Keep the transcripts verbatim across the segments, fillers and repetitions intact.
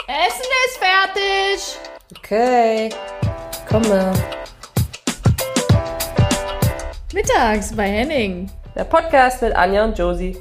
Essen ist fertig. Okay, komme. Mittags bei Henning. Der Podcast mit Anja und Josie.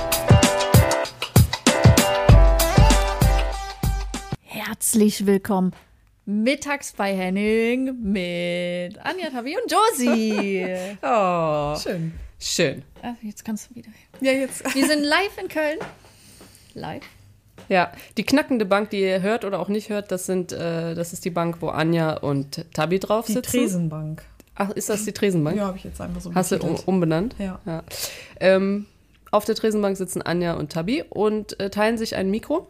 Herzlich willkommen. Mittags bei Henning mit Anja, Tabi und Josie. Oh, Schön. schön. Ah, jetzt kannst du wieder. Ja, jetzt. Wir sind live in Köln. Live. Ja, die knackende Bank, die ihr hört oder auch nicht hört, das sind, äh, das ist die Bank, wo Anja und Tabi drauf Die sitzen. Tresenbank. Ach, ist das die Tresenbank? Ja, habe ich jetzt einfach so Hast du um, betitelt. umbenannt? Ja. ja. Ähm, auf der Tresenbank sitzen Anja und Tabi und äh, teilen sich ein Mikro.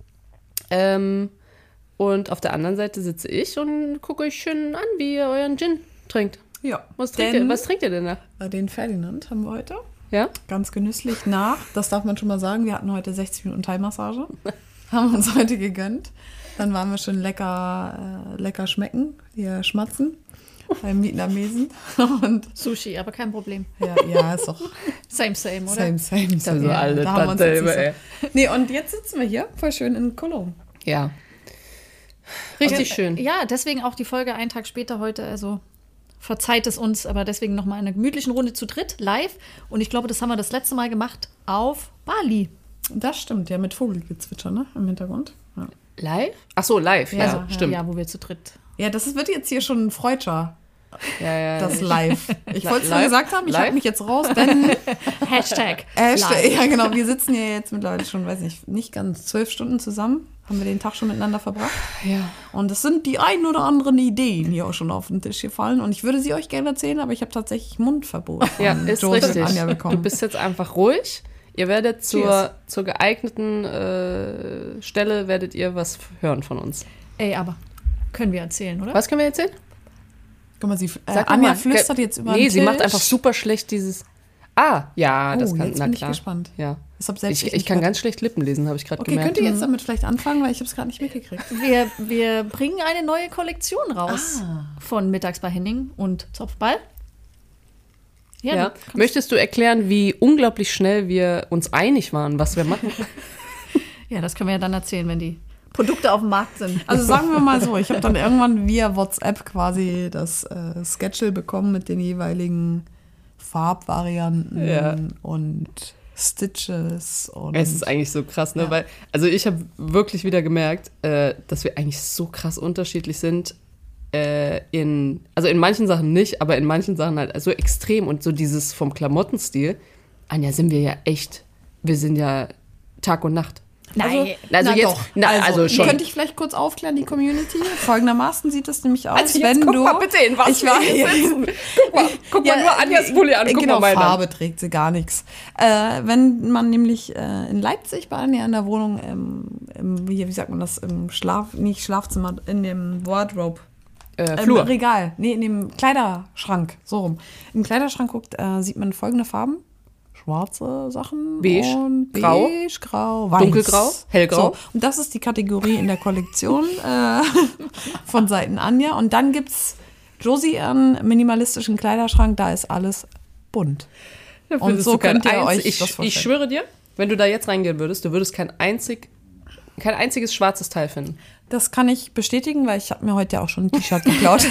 Ähm, und auf der anderen Seite sitze ich und gucke euch schön an, wie ihr euren Gin trinkt. Ja. Was trinkt, Denn, ihr, was trinkt ihr denn da? äh, Den Ferdinand haben wir heute. Ja? Ganz genüsslich nach. Das darf man schon mal sagen. Wir hatten heute sechzig Minuten Thai-Massage. Haben uns heute gegönnt. Dann waren wir schon lecker, äh, lecker schmecken, hier schmatzen beim Vietnamesen. Und Sushi, aber kein Problem. ja, ja, ist doch Same, same, oder? same, same. same. Also alle da haben wir uns Tante jetzt nicht immer, ey. so. Nee, und jetzt sitzen wir hier voll schön in Cologne. Ja. Richtig Und, schön. äh, Ja, deswegen auch die Folge einen Tag später heute. Also verzeiht es uns, aber deswegen nochmal in einer gemütlichen Runde zu dritt, live. Und ich glaube, das haben wir das letzte Mal gemacht auf Bali. Das stimmt, ja, mit Vogelgezwitscher, ne, im Hintergrund. Ja, Live? Ach so, live. Ja, also, ja, stimmt. Ja, wo wir zu dritt. ja das ist, wird jetzt hier schon ein Freudscher, Ja, ja, das ja. Live. Ich wollte es nur Live? gesagt haben, ich Live? halte mich jetzt raus, denn Hashtag. Hashtag, live. ja genau, wir sitzen ja jetzt mittlerweile schon, weiß nicht, nicht ganz zwölf Stunden zusammen. Haben wir den Tag schon miteinander verbracht. Ja. Und es sind die ein oder anderen Ideen hier auch schon auf den Tisch gefallen. Und ich würde sie euch gerne erzählen, aber ich habe tatsächlich Mundverbot von Ja, ist Josie richtig. und Anja Du bekommen. bist jetzt einfach ruhig. Ihr werdet zur, Cheers. zur geeigneten äh, Stelle werdet ihr was hören von uns. Ey, aber können wir erzählen, oder? Was können wir erzählen? Guck mal, sie, äh, Sag doch Anja mal. flüstert Ge- jetzt über Nee, den sie macht Tisch. einfach super schlecht dieses Ah, ja, das Oh, kann, jetzt na bin ich klar. gespannt. Ja. Deshalb selbst Ich, ich ich nicht kann mehr- ganz schlecht Lippen lesen, habe ich gerade Okay, gemerkt. könnt ihr jetzt damit vielleicht anfangen, weil ich habe es gerade nicht mitgekriegt. Wir, wir bringen eine neue Kollektion raus Ah. von Mittags bei Henning und Zopfball. Ja, Ja. du kannst- Möchtest du erklären, wie unglaublich schnell wir uns einig waren, was wir machen? ja, das können wir ja dann erzählen, wenn die Produkte auf dem Markt sind. Also sagen wir mal so, ich habe dann irgendwann via WhatsApp quasi das äh, Schedule bekommen mit den jeweiligen Farbvarianten Ja. und Stitches. Und Es ist eigentlich so krass, ne? Ja. Weil, also ich habe wirklich wieder gemerkt, äh, dass wir eigentlich so krass unterschiedlich sind. Äh, in, also in manchen Sachen nicht, aber in manchen Sachen halt so extrem. Und so dieses vom Klamottenstil, Anja, sind wir ja echt, wir sind ja Tag und Nacht. Nein, Also na jetzt, doch. na, also, schon. Könnte ich vielleicht kurz aufklären, die Community? Folgendermaßen sieht es nämlich aus, Also jetzt wenn guck du... mal bitte, in was ich wir war, hier sitzen. Guck mal, guck mal nur Anjas Pulli an, guck genau, mal meinen an. Farbe trägt sie gar nichts. Äh, wenn man nämlich äh, in Leipzig bei Anja in der Wohnung, im, im, hier, wie sagt man das, im Schlaf, nicht Schlafzimmer, in dem Wardrobe, Äh, im Flur. Regal, nee, in dem Kleiderschrank, so rum. Im Kleiderschrank guckt, äh, sieht man folgende Farben. Schwarze Sachen Beige, und grau, beige, grau, weiß. dunkelgrau, hellgrau. So, und das ist die Kategorie in der Kollektion äh, von Seiten Anja. Und dann gibt es Josie einen minimalistischen Kleiderschrank, da ist alles bunt. Da Und würdest so du kein könnt ihr einz- euch ich, das vorstellen. ich schwöre dir, wenn du da jetzt reingehen würdest, du würdest kein einzig, kein einziges schwarzes Teil finden. Das kann ich bestätigen, weil ich habe mir heute ja auch schon ein T-Shirt geklaut.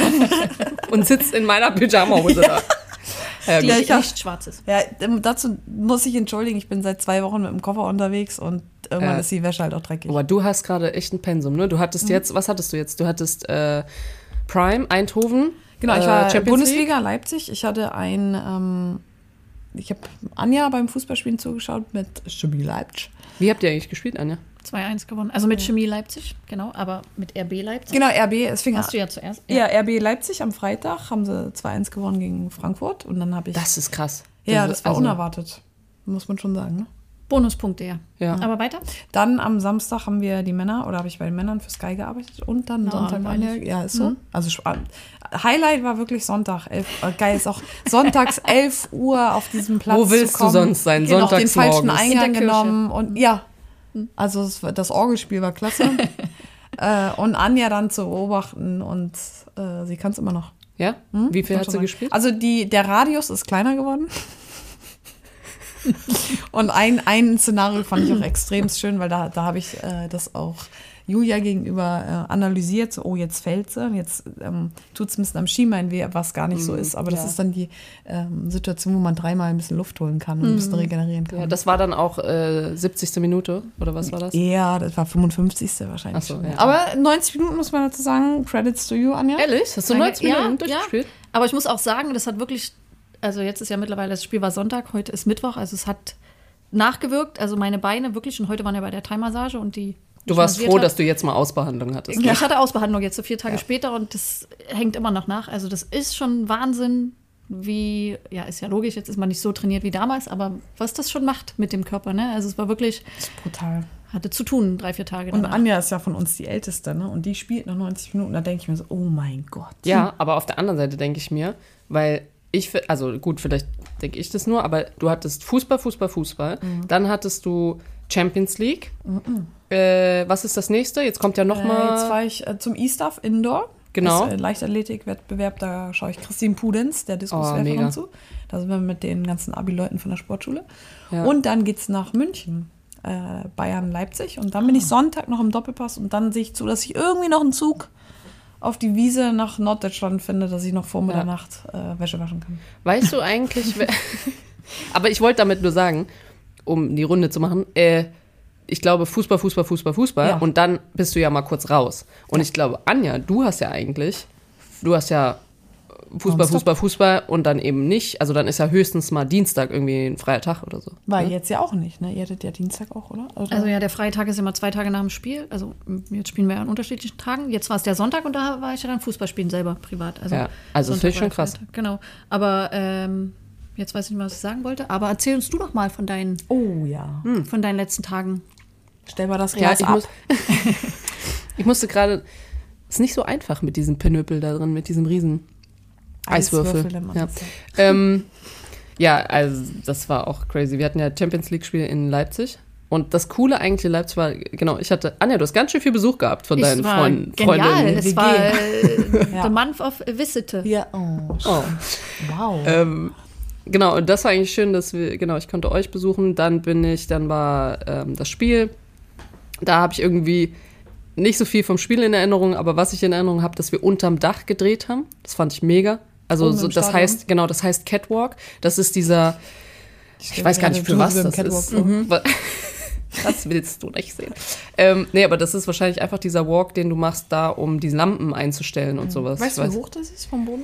Und sitzt in meiner Pyjama-Hose da. Ja, die gut. Ja, ich hab- nicht schwarz ist. Ja, ähm, dazu muss ich entschuldigen, ich bin seit zwei Wochen mit dem Koffer unterwegs und irgendwann Äh, ist die Wäsche halt auch dreckig. Aber du hast gerade echt ein Pensum, ne? Du hattest jetzt, was hattest du jetzt? Du hattest äh, Prime, Eindhoven. Genau, ich äh, war Champions Bundesliga, Leipzig. Ich hatte ein, ähm, ich habe Anja beim Fußballspielen zugeschaut mit Chemie Leipzig. League. Wie habt ihr eigentlich gespielt, Anja? zwei eins gewonnen. Also mit Chemie Leipzig, genau, aber mit R B Leipzig. Genau, R B, deswegen Hast du ja zuerst. ja, R B Leipzig am Freitag haben sie zwei eins gewonnen gegen Frankfurt und dann habe ich, Das ist krass. ja, ist das war also- unerwartet, muss man schon sagen. Ne? Bonuspunkte, ja. Ja. Aber weiter? Dann am Samstag haben wir die Männer, oder habe ich bei den Männern für Sky gearbeitet und dann Na, Sonntag neulich. eine, ja, ist so. Also spannend. Highlight war wirklich Sonntag, elf, äh, geil ist auch sonntags elf Uhr auf diesem Platz Wo willst zu kommen. du sonst sein? Genau, den Sonntags falschen morgens. Eingang In der Kirche. genommen und ja, also das, war- das Orgelspiel war klasse. äh, und Anja dann zu beobachten und äh, sie kann es immer noch. Ja? Hm? Wie viel Kann hat schon sie sagen. gespielt? Also die, der Radius ist kleiner geworden. Und ein, ein Szenario fand ich auch extrem schön, weil da, da habe ich äh, das auch Julia gegenüber äh, analysiert. So, oh, jetzt fällt sie, jetzt ähm, tut es ein bisschen am Schienbein weh, was gar nicht so ist. Aber das Ja. ist dann die ähm, Situation, wo man dreimal ein bisschen Luft holen kann und ein bisschen regenerieren kann. Ja, das war dann auch äh, siebzigste Minute, oder was war das? Ja, das war fünfundfünfzigste wahrscheinlich. Ach so, schon. ja. Aber neunzig Minuten muss man dazu sagen, Credits to you, Anja. Ehrlich? Hast du Meine- neunzig Minuten ja, durchgespielt? Ja. Aber ich muss auch sagen, das hat wirklich, also jetzt ist ja mittlerweile, das Spiel war Sonntag, heute ist Mittwoch, also es hat nachgewirkt, also meine Beine wirklich, und heute waren ja bei der Thai-Massage und die Du warst froh, dass du jetzt mal Ausbehandlung hattest. Ja, ich hatte Ausbehandlung jetzt so vier Tage später und das hängt immer noch nach. Also das ist schon Wahnsinn, wie, ja, ist ja logisch, jetzt ist man nicht so trainiert wie damals, aber was das schon macht mit dem Körper, ne? Also es war wirklich, Das ist brutal. hatte zu tun, drei, vier Tage Und danach. Anja ist ja von uns die Älteste, ne? Und die spielt noch neunzig Minuten. Da denke ich mir so, oh mein Gott. Ja, aber auf der anderen Seite denke ich mir, weil ich, fi- also gut, vielleicht denke ich das nur, aber du hattest Fußball, Fußball, Fußball. Dann hattest du Champions League. Äh, was ist das nächste? Jetzt kommt ja noch Äh, mal. jetzt war ich äh, zum E-Stuff Indoor. Genau. Das äh, Leichtathletik-Wettbewerb, da schaue ich Christine Pudenz, der Oh, Diskuswerferin mega. zu. Da sind wir mit den ganzen Abi-Leuten von der Sportschule. Ja. Und dann geht's nach München, äh, Bayern, Leipzig. Und dann bin ich Sonntag noch im Doppelpass und dann sehe ich zu, dass ich irgendwie noch einen Zug auf die Wiese nach Norddeutschland finde, dass ich noch vor Mitternacht äh, Wäsche waschen kann. Weißt du eigentlich, wer- aber ich wollte damit nur sagen, um die Runde zu machen, äh, ich glaube Fußball, Fußball, Fußball, Fußball Ja. und dann bist du ja mal kurz raus. Und ich glaube, Anja, du hast ja eigentlich, du hast ja Fußball, Nonstop. Fußball, Fußball und dann eben nicht, also dann ist ja höchstens mal Dienstag irgendwie ein freier Tag oder so. War ne? jetzt ja auch nicht, ne? Ihr hattet ja Dienstag auch, oder? oder? Also ja, der freie Tag ist immer zwei Tage nach dem Spiel. Also m, jetzt spielen wir ja an unterschiedlichen Tagen. Jetzt war es der Sonntag und da war ich ja dann Fußballspielen selber privat. Also, Ja, also das Sonntag finde ich war schon der krass. Freitag, Genau. Aber ähm, jetzt weiß ich nicht mehr, was ich sagen wollte. Aber erzähl uns du doch mal von deinen, Oh ja. von deinen letzten Tagen. Stell mal das Ja, Glas ich, ab. muss, ich musste gerade, ist nicht so einfach mit diesem Pinöpel da drin, mit diesem riesen Eiswürfel. nennt man Ja. das, ja. Ähm, ja, also das war auch crazy. Wir hatten ja Champions League-Spiel in Leipzig. Und das Coole eigentlich in Leipzig war, genau, ich hatte, Anja, du hast ganz schön viel Besuch gehabt von deinen es war Freunden, genial. Freundinnen. Es W G. war äh, Ja. the month of Visite. Ja, oh, Oh. wow. Ähm, genau, und das war eigentlich schön, dass wir, genau, ich konnte euch besuchen. Dann bin ich, dann war ähm, das Spiel. Da habe ich irgendwie nicht so viel vom Spiel in Erinnerung, aber was ich in Erinnerung habe, dass wir unterm Dach gedreht haben. Das fand ich mega. Also Oben so, im das Stadion? heißt, genau, das heißt Catwalk. Das ist dieser, ich weiß gar nicht, für Du was bist im das Catwalk ist. vor. Mhm. Das willst du nicht sehen. Ähm, nee, aber das ist wahrscheinlich einfach dieser Walk, den du machst da, um die Lampen einzustellen und sowas. Weißt du, Ich wie weiß- hoch das ist vom Boden?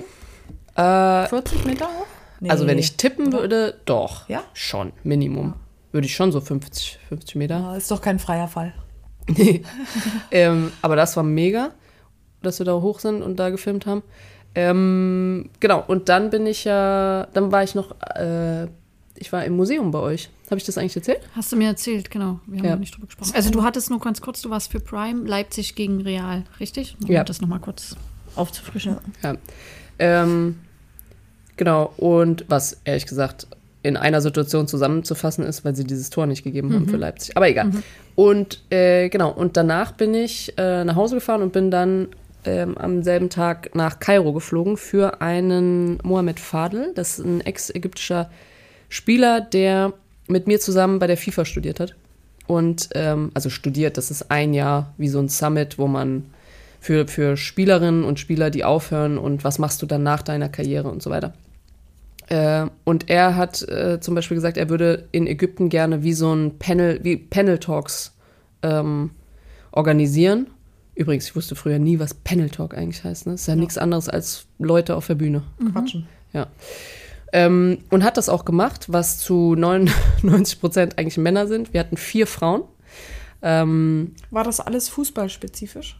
Äh, vierzig Meter hoch? Nee. Also wenn ich tippen Oder? würde, doch. Ja? Schon, Minimum. Würde ich schon so fünfzig, fünfzig Meter. Ah, ist doch kein freier Fall. Nee. ähm, aber das war mega, dass wir da hoch sind und da gefilmt haben. Ähm, genau, und dann bin ich ja, dann war ich noch, äh, ich war im Museum bei euch. Habe ich das eigentlich erzählt? Hast du mir erzählt, genau. Wir haben Ja. ja nicht drüber gesprochen. Also du hattest nur ganz kurz, du warst für Prime Leipzig gegen Real, richtig? Um Ja. das nochmal kurz aufzufrischen. Ja. Ähm, genau, und was ehrlich gesagt in einer Situation zusammenzufassen ist, weil sie dieses Tor nicht gegeben haben für Leipzig. Aber egal. Und äh, genau, und danach bin ich äh, nach Hause gefahren und bin dann ähm, am selben Tag nach Kairo geflogen für einen Mohamed Fadel. Das ist ein ex-ägyptischer Spieler, der mit mir zusammen bei der FIFA studiert hat. Und ähm, also studiert, das ist ein Jahr wie so ein Summit, wo man für, für Spielerinnen und Spieler, die aufhören und was machst du dann nach deiner Karriere und so weiter. Äh, und er hat äh, zum Beispiel gesagt, er würde in Ägypten gerne wie so ein Panel, wie Panel Talks ähm, organisieren. Übrigens, ich wusste früher nie, was Panel Talk eigentlich heißt. Ne? Das ist ja, nichts anderes als Leute auf der Bühne. Quatschen. Ja. Ähm, und hat das auch gemacht, was zu neunundneunzig Prozent eigentlich Männer sind. Wir hatten vier Frauen. Ähm, War das alles fußballspezifisch?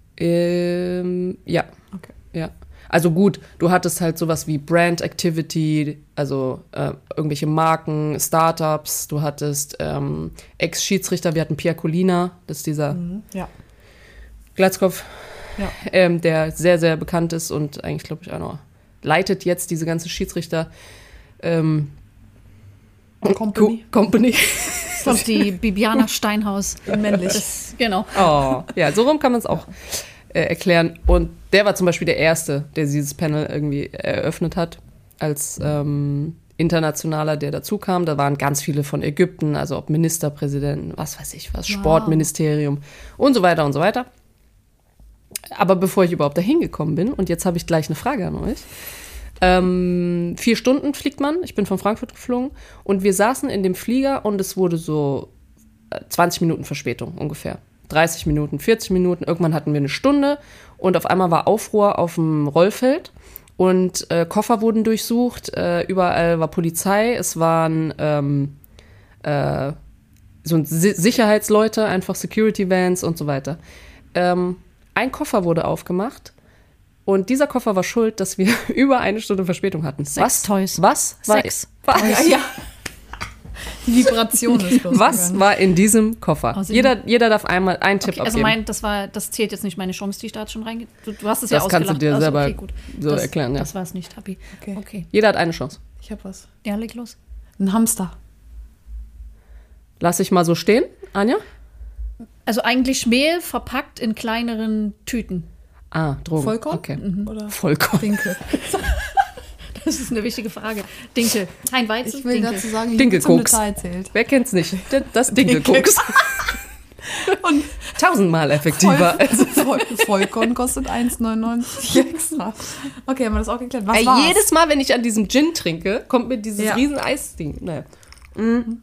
ähm, ja. Okay. Ja. Also gut, du hattest halt sowas wie Brand Activity, also äh, irgendwelche Marken, Startups, du hattest ähm, Ex-Schiedsrichter, wir hatten Pia Colina, das ist dieser Mhm. Ja. Glatzkopf, Ja. ähm, der sehr, sehr bekannt ist und eigentlich, glaube ich, auch noch leitet jetzt diese ganze Schiedsrichter ähm, Und Company. Co- Company. Das ist die Bibiana Steinhaus. Männlich. Das, genau. Oh, ja, so rum kann man es auch äh, erklären. Und der war zum Beispiel der Erste, der dieses Panel irgendwie eröffnet hat, als ähm, internationaler, der dazu kam. Da waren ganz viele von Ägypten, also ob Ministerpräsidenten, was weiß ich was, wow. Sportministerium und so weiter und so weiter. Aber bevor ich überhaupt dahin gekommen bin, und jetzt habe ich gleich eine Frage an euch. Ähm, vier Stunden fliegt man, ich bin von Frankfurt geflogen und wir saßen in dem Flieger und es wurde so zwanzig Minuten Verspätung ungefähr. dreißig Minuten, vierzig Minuten, irgendwann hatten wir eine Stunde und auf einmal war Aufruhr auf dem Rollfeld und äh, Koffer wurden durchsucht, äh, überall war Polizei, es waren ähm, äh, so Si- Sicherheitsleute, einfach Security Vans und so weiter. Ähm, ein Koffer wurde aufgemacht. Und dieser Koffer war schuld, dass wir über eine Stunde Verspätung hatten. Sex Toys. Was? War, Sex. War, Ja, ja. Die Vibration ist losgegangen. Was war in diesem Koffer? Außerdem- Jeder, jeder darf einmal einen Tipp Okay, also abgeben. mein, das war, das zählt jetzt nicht meine Chance, die ich da schon reingehe. Du, du hast es ja Das kannst du ausgelacht. dir Also, selber okay, gut. so das, erklären, ja. Das war es nicht, Happy. Okay. Okay. Jeder hat eine Chance. Ich hab was. Ja, leg los. Ein Hamster. Lass ich mal so stehen, Anja? Also eigentlich Mehl verpackt in kleineren Tüten. Ah, Drogen. Vollkorn? Okay. Oder Vollkorn. Dinkel. Das ist eine wichtige Frage. Dinkel. Kein Weizen, Ich will Dinkel. dazu sagen, ich Dinkelkoks. zum Detail zählt. Wer kennt's nicht? Das Dinkelkoks. Und Tausendmal effektiver. Voll, Voll, Vollkorn kostet eins neunundneunzig extra. Okay, haben wir das auch geklärt. Was Ey, war's? jedes Mal, wenn ich an diesem Gin trinke, kommt mir dieses Ja. riesen Eisding. Naja. Mhm.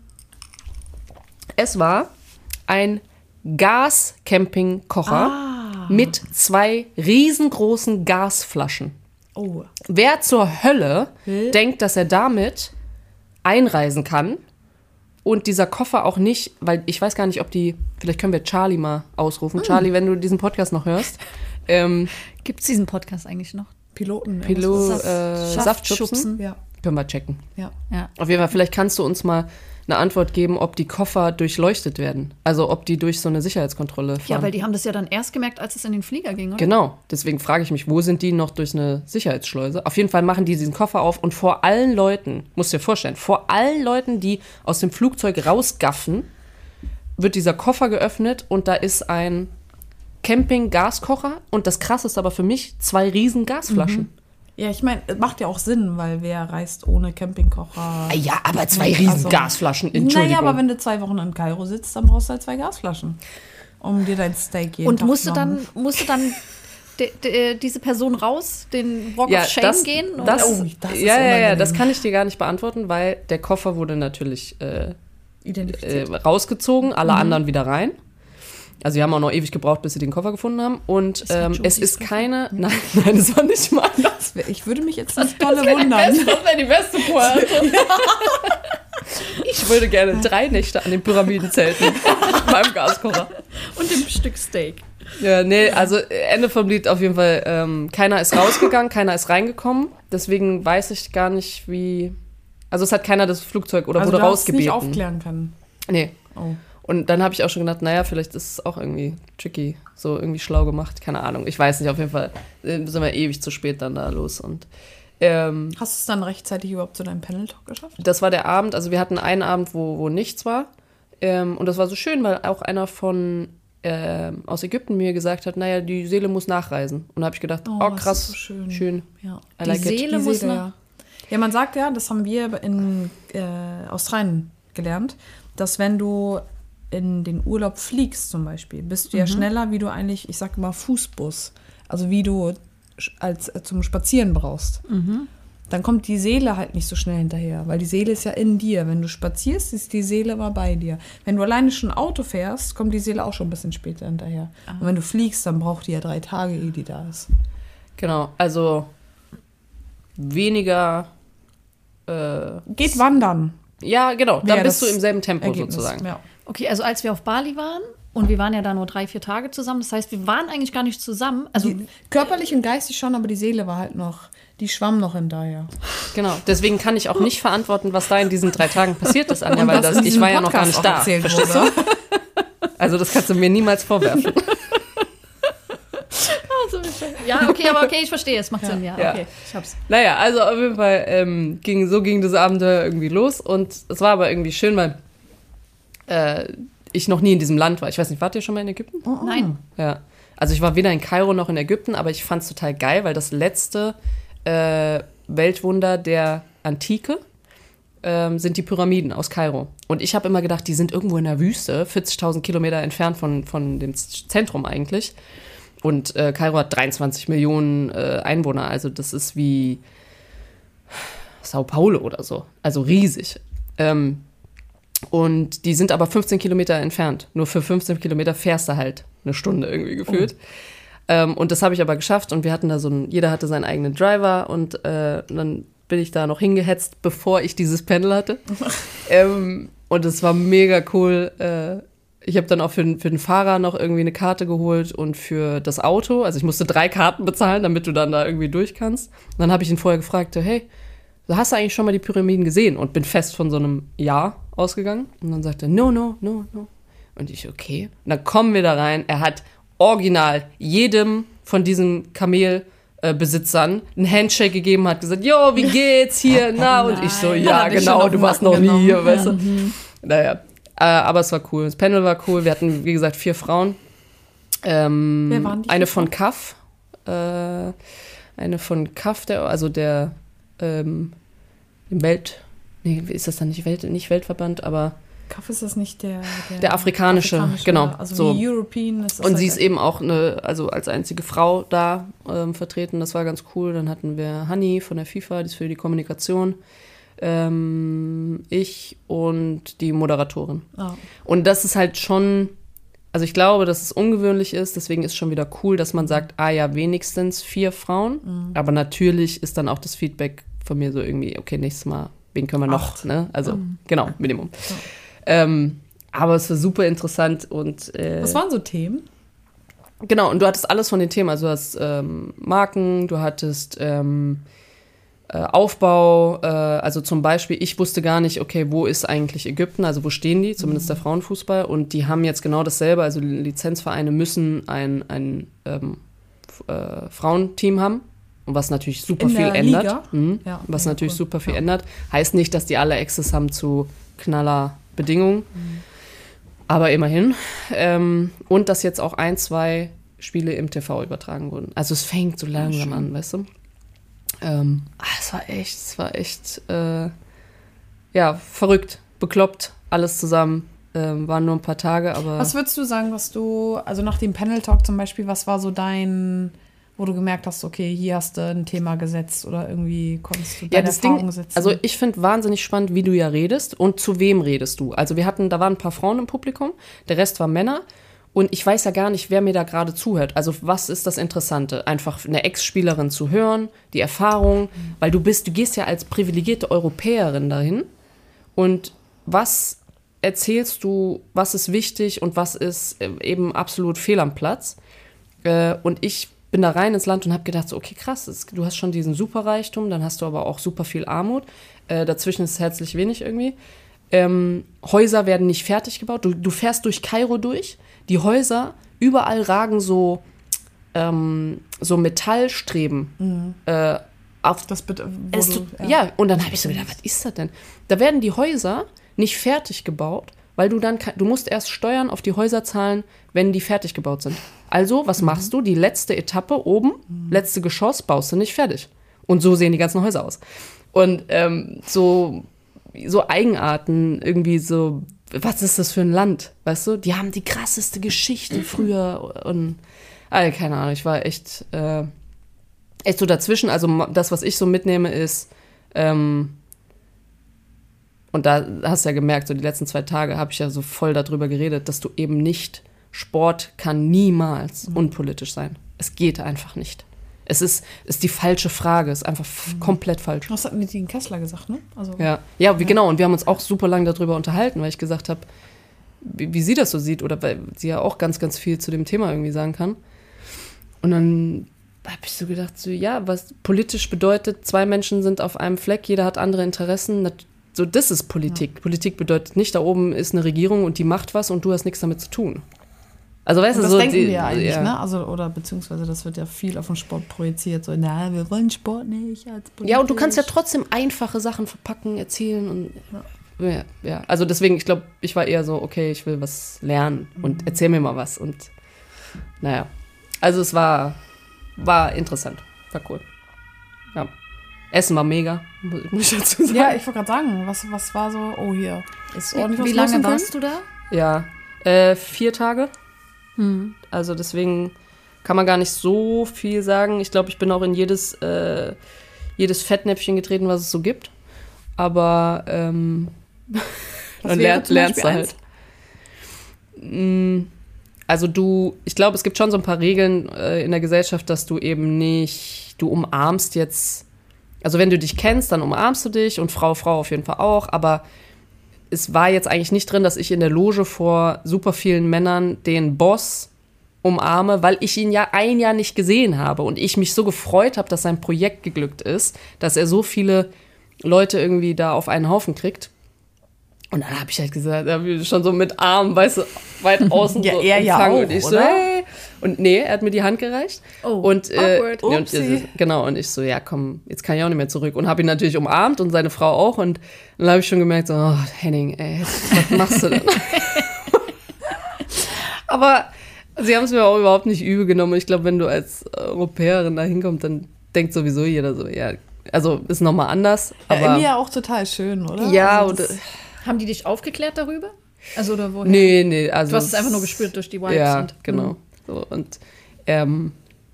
Es war ein Gas-Camping-Kocher Ah. mit zwei riesengroßen Gasflaschen. Oh. Wer zur Hölle Hä? denkt, dass er damit einreisen kann und dieser Koffer auch nicht, weil ich weiß gar nicht, ob die, vielleicht können wir Charlie mal ausrufen. Charlie, wenn du diesen Podcast noch hörst. Ähm, Gibt es diesen Podcast eigentlich noch? Piloten. Pilo, Saft- äh, Saftschubsen. Saftschubsen. Ja, Können wir checken. ja. Ja. Auf jeden Fall, vielleicht kannst du uns mal eine Antwort geben, ob die Koffer durchleuchtet werden. Also ob die durch so eine Sicherheitskontrolle fahren. Ja, weil die haben das ja dann erst gemerkt, als es in den Flieger ging, oder? Genau, deswegen frage ich mich, wo sind die noch durch eine Sicherheitsschleuse? Auf jeden Fall machen die diesen Koffer auf und vor allen Leuten, musst du dir vorstellen, vor allen Leuten, die aus dem Flugzeug rausgaffen, wird dieser Koffer geöffnet und da ist ein Camping-Gaskocher und das Krasseste aber für mich, zwei riesen Gasflaschen. Ja, ich meine, es macht ja auch Sinn, weil wer reist ohne Campingkocher? Ah ja, aber zwei Also- riesen Gasflaschen, Entschuldigung. Naja, aber wenn du zwei Wochen in Kairo sitzt, dann brauchst du halt zwei Gasflaschen, um dir dein Steak jeden Und Tag musst zu du machen. dann, musst du dann de, de, diese Person raus, den Walk ja, of Shame das, gehen? oder? Das, Oh, das ist ja, ja, ja, unangenehm. das kann ich dir gar nicht beantworten, weil der Koffer wurde natürlich äh, äh, Identifiziert. rausgezogen, alle anderen wieder rein. Also wir haben auch noch ewig gebraucht, bis sie den Koffer gefunden haben. Und war ähm, es Josies ist Koffer. keine, nein, nein, es war nicht mal das. Das wär- Ich würde mich jetzt nicht dolle wundern. Das wäre die beste Pointe. Ich würde gerne drei Nächte an den Pyramiden zelten beim Gaskocher. Und dem Stück Steak. Ja, nee, also Ende vom Lied auf jeden Fall, ähm, keiner ist rausgegangen, keiner ist reingekommen. Deswegen weiß ich gar nicht, wie. Also es hat keiner das Flugzeug oder Also wurde du hast es nicht rausgebeten. aufklären können. Nee. Oh. Und dann habe ich auch schon gedacht, naja, vielleicht ist es auch irgendwie tricky, so irgendwie schlau gemacht. Keine Ahnung, ich weiß nicht, auf jeden Fall äh, sind wir ewig zu spät dann da los. Und ähm, Hast du es dann rechtzeitig überhaupt zu deinem Panel-Talk geschafft? das war der Abend, also wir hatten einen Abend, wo, wo nichts war. Ähm, und das war so schön, weil auch einer von ähm, aus Ägypten mir gesagt hat, naja, die Seele muss nachreisen. Und da habe ich gedacht, oh, Oh, das krass, ist so schön. schön. Ja. I Die like it. Seele muss Seele, nach. ja. Ja, man sagt ja, das haben wir in äh, Australien gelernt, dass wenn du in den Urlaub fliegst zum Beispiel, bist du ja schneller, wie du eigentlich, ich sag immer Fußbus, also wie du sch- als äh, zum Spazieren brauchst. Dann kommt die Seele halt nicht so schnell hinterher, weil die Seele ist ja in dir. Wenn du spazierst, ist die Seele immer bei dir. Wenn du alleine schon Auto fährst, kommt die Seele auch schon ein bisschen später hinterher. Und wenn du fliegst, dann braucht die ja drei Tage, ehe die da ist. Genau, also weniger. Äh, Geht wandern. ja, genau, Wäre dann bist du das im selben Tempo Ergebnis. sozusagen. Ja. Okay, also als wir auf Bali waren, und wir waren ja da nur drei, vier Tage zusammen, das heißt, wir waren eigentlich gar nicht zusammen. Also Die, körperlich und geistig schon, aber die Seele war halt noch, die schwamm noch in daher. Genau, deswegen kann ich auch nicht verantworten, was da in diesen drei Tagen passiert ist, Anja, weil was das, in ich diesem war ja noch gar Podcast nicht auch da. erzählt Verstehst wurde. du? Also das kannst du mir niemals vorwerfen. ja, okay, aber okay, ich verstehe, es macht Sinn, ja, Ja. okay, ich hab's. Naja, also auf jeden Fall ähm, ging, so ging das Abenteuer irgendwie los und es war aber irgendwie schön, weil äh, ich noch nie in diesem Land war. Ich weiß nicht, wart ihr schon mal in Ägypten? Nein. Ja. Also ich war weder in Kairo noch in Ägypten, aber ich fand es total geil, weil das letzte äh, Weltwunder der Antike ähm, sind die Pyramiden aus Kairo. Und ich habe immer gedacht, die sind irgendwo in der Wüste, vierzigtausend Kilometer entfernt von, von dem Zentrum eigentlich. Und äh, Kairo hat dreiundzwanzig Millionen äh, Einwohner, also das ist wie Sao Paulo oder so, also riesig. Ähm, und die sind aber fünfzehn Kilometer entfernt. Nur für fünfzehn Kilometer fährst du halt eine Stunde irgendwie gefühlt. Oh. Ähm, und das habe ich aber geschafft und wir hatten da so ein, jeder hatte seinen eigenen Driver und äh, dann bin ich da noch hingehetzt, bevor ich dieses Pendel hatte. ähm, und es war mega cool. Äh, ich habe dann auch für, für den Fahrer noch irgendwie eine Karte geholt und für das Auto. Also ich musste drei Karten bezahlen, damit du dann da irgendwie durch kannst. Und dann habe ich ihn vorher gefragt, hey, hast du eigentlich schon mal die Pyramiden gesehen? Und bin fest von so einem Ja ausgegangen. Und dann sagte er, no, no, no, no. Und ich, okay. Und dann kommen wir da rein. Er hat original jedem von diesen Kamelbesitzern einen Handshake gegeben, hat gesagt, jo, wie geht's hier? Na, und ich so, ja, genau, du warst noch nie hier, weißt du. Mhm. Naja, äh, aber es war cool. Das Panel war cool. Wir hatten, wie gesagt, vier Frauen. Ähm, Wer waren die? Eine von K A F. Äh, eine von K A F, der, also der ähm, im Welt, nee, ist das dann nicht Welt, nicht Weltverband, aber K A F ist das nicht der der, der afrikanische, afrikanische, genau. Also so. wie European ist das. Und halt sie ist eben auch eine, also als einzige Frau da ähm, vertreten. Das war ganz cool. Dann hatten wir Hanni von der FIFA, die ist für die Kommunikation. Ähm, ich und die Moderatorin. Oh. Und das ist halt schon, also ich glaube, dass es ungewöhnlich ist. Deswegen ist schon wieder cool, dass man sagt, ah ja, wenigstens vier Frauen. Mhm. Aber natürlich ist dann auch das Feedback von mir so irgendwie, okay, nächstes Mal, wen können wir noch? Ne? Also mhm. genau, Minimum. Ja. Ähm, aber es war super interessant und äh, was waren so Themen? Genau, und du hattest alles von den Themen. Also du hast ähm, Marken, du hattest ähm, äh, Aufbau, äh, also zum Beispiel, ich wusste gar nicht, okay, wo ist eigentlich Ägypten, also wo stehen die, zumindest mhm. der Frauenfußball, und die haben jetzt genau dasselbe, also Lizenzvereine müssen ein, ein ähm, äh, Frauenteam haben. Und was natürlich super viel ändert. Mhm. Ja, was ja, natürlich cool. super viel ja. ändert. Heißt nicht, dass die alle Access haben zu knaller Bedingungen. Mhm. Aber immerhin. Ähm, und dass jetzt auch ein, zwei Spiele im T V übertragen wurden. Also es fängt so langsam an, weißt du. Ähm, es war echt, es war echt, äh, ja, verrückt, bekloppt, alles zusammen. Ähm, waren nur ein paar Tage, aber... Was würdest du sagen, was du, also nach dem Panel Talk zum Beispiel, was war so dein... wo du gemerkt hast, okay, hier hast du ein Thema gesetzt oder irgendwie konntest du deine ja, das Erfahrung Ding, setzen? Also ich finde wahnsinnig spannend, wie du ja redest und zu wem redest du. Also wir hatten, da waren ein paar Frauen im Publikum, der Rest war Männer und ich weiß ja gar nicht, wer mir da gerade zuhört. Also was ist das Interessante? Einfach eine Ex-Spielerin zu hören, die Erfahrung, mhm. weil du bist, du gehst ja als privilegierte Europäerin dahin und was erzählst du, was ist wichtig und was ist eben absolut fehl am Platz? Und ich bin da rein ins Land und habe gedacht, so, okay, krass, es, du hast schon diesen Superreichtum, dann hast du aber auch super viel Armut. Äh, dazwischen ist herzlich wenig irgendwie. Ähm, Häuser werden nicht fertig gebaut. Du, du fährst durch Kairo durch. Die Häuser, überall ragen so, ähm, so Metallstreben mhm. äh, auf. Das bitte, es, du, ja. ja, und dann habe ich so gedacht, was ist das denn? Da werden die Häuser nicht fertig gebaut, weil du dann, du musst erst Steuern auf die Häuser zahlen, wenn die fertig gebaut sind. Also, was mhm. machst du? Die letzte Etappe oben, mhm. letzte Geschoss, baust du nicht fertig. Und so sehen die ganzen Häuser aus. Und ähm, so, so Eigenarten, irgendwie so, was ist das für ein Land, weißt du? Die haben die krasseste Geschichte früher und, also, keine Ahnung, ich war echt, äh, echt so dazwischen. Also das, was ich so mitnehme, ist, ähm, und da hast du ja gemerkt, so die letzten zwei Tage habe ich ja so voll darüber geredet, dass du eben nicht, Sport kann niemals mhm. unpolitisch sein. Es geht einfach nicht. Es ist, ist die falsche Frage, ist einfach f- mhm. komplett falsch. Das hat Nadine Kessler gesagt, ne? Also, ja, ja, wie, ja, genau. Und wir haben uns auch super lange darüber unterhalten, weil ich gesagt habe, wie, wie sie das so sieht oder weil sie ja auch ganz, ganz viel zu dem Thema irgendwie sagen kann. Und dann habe ich so gedacht, so ja, was politisch bedeutet, zwei Menschen sind auf einem Fleck, jeder hat andere Interessen. So, das ist Politik. Ja. Politik bedeutet nicht, da oben ist eine Regierung und die macht was und du hast nichts damit zu tun. Also weißt und du, das so denken die, wir ja eigentlich, ja. ne? Also, oder beziehungsweise das wird ja viel auf den Sport projiziert. So, na, wir wollen Sport nicht als Politik. Ja, und du kannst ja trotzdem einfache Sachen verpacken, erzählen und ja, ja. ja. Also deswegen, ich glaube, ich war eher so, okay, ich will was lernen und mhm. erzähl mir mal was. Und naja, also es war, war interessant, war cool. Ja. Essen war mega, muss ich dazu sagen. Ja, ich wollte gerade sagen, was, was war so, oh hier, ist ordentlich was Wie los lange in Köln? warst du da? Ja, äh, vier Tage. Hm. Also deswegen kann man gar nicht so viel sagen. Ich glaube, ich bin auch in jedes, äh, jedes Fettnäpfchen getreten, was es so gibt. Aber ähm, dann wäre lernt, zum lernst du Beispiel halt. Mm, Also du, ich glaube, es gibt schon so ein paar Regeln äh, in der Gesellschaft, dass du eben nicht, du umarmst jetzt, also wenn du dich kennst, dann umarmst du dich und Frau, Frau auf jeden Fall auch, aber es war jetzt eigentlich nicht drin, dass ich in der Loge vor super vielen Männern den Boss umarme, weil ich ihn ja ein Jahr nicht gesehen habe und ich mich so gefreut habe, dass sein Projekt geglückt ist, dass er so viele Leute irgendwie da auf einen Haufen kriegt. Und dann habe ich halt gesagt, hab ich schon so mit Armen, weißt du, weit außen Ja, so er ja empfangen. auch, und ich so, oder? hey. Und nee, er hat mir die Hand gereicht. Oh, und, äh, awkward. nee, und Upsi. genau, und ich so, ja komm, jetzt kann ich auch nicht mehr zurück. Und habe ihn natürlich umarmt und seine Frau auch. Und dann habe ich schon gemerkt, so, oh, Henning, ey, was machst du denn? Aber sie haben es mir auch überhaupt nicht übel genommen. Ich glaube, wenn du als Europäerin da hinkommst, dann denkt sowieso jeder so, ja, also ist nochmal anders. Ja, Aber irgendwie ja auch total schön, oder? ja, Also und, das- Haben die dich aufgeklärt darüber? Also oder woher? nee, nee, also. Du hast es einfach nur gespürt durch die Vibes. Ja, und, genau. So, und ähm,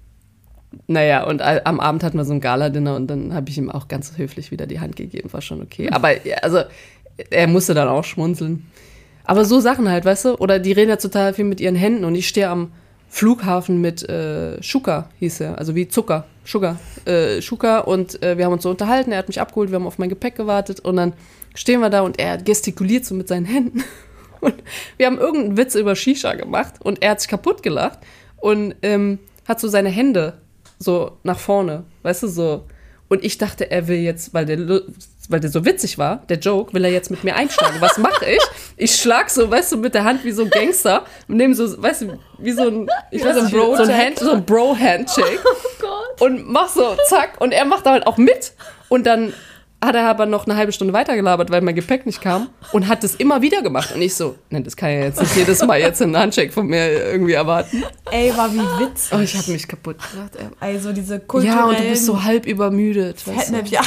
naja, und a- am Abend hatten wir so ein Gala-Dinner und dann habe ich ihm auch ganz höflich wieder die Hand gegeben, war schon okay. Aber ja, also, er musste dann auch schmunzeln. Aber so Sachen halt, weißt du? Oder die reden ja total viel mit ihren Händen und ich stehe am Flughafen mit äh, Schuka, hieß er, also wie Zucker, Sugar, äh, Schuka und äh, wir haben uns so unterhalten, er hat mich abgeholt, wir haben auf mein Gepäck gewartet und dann stehen wir da und er gestikuliert so mit seinen Händen und wir haben irgendeinen Witz über Shisha gemacht und er hat sich kaputt gelacht und ähm, hat so seine Hände so nach vorne, weißt du, so. Und ich dachte, er will jetzt, weil der, lu- weil der so witzig war, der Joke, will er jetzt mit mir einschlagen. Was mache ich? Ich schlag so, weißt du, mit der Hand wie so ein Gangster und nehme so, weißt du, wie so ein, ich weiß so ein nicht, so ein, Bro-Tag. Hand, so ein Bro-Handshake. Oh Gott. Und mach so, zack, und er macht da halt auch mit. Und dann hat er aber noch eine halbe Stunde weitergelabert, weil mein Gepäck nicht kam und hat das immer wieder gemacht. Und ich so, nein, das kann ja jetzt nicht jedes Mal jetzt einen Handshake von mir irgendwie erwarten. Ey, war wie witzig. Oh, ich habe mich kaputt gemacht. ey. Also diese kulturellen Ja, und du bist so halb übermüdet. Weißt du? Fettnäpfchen.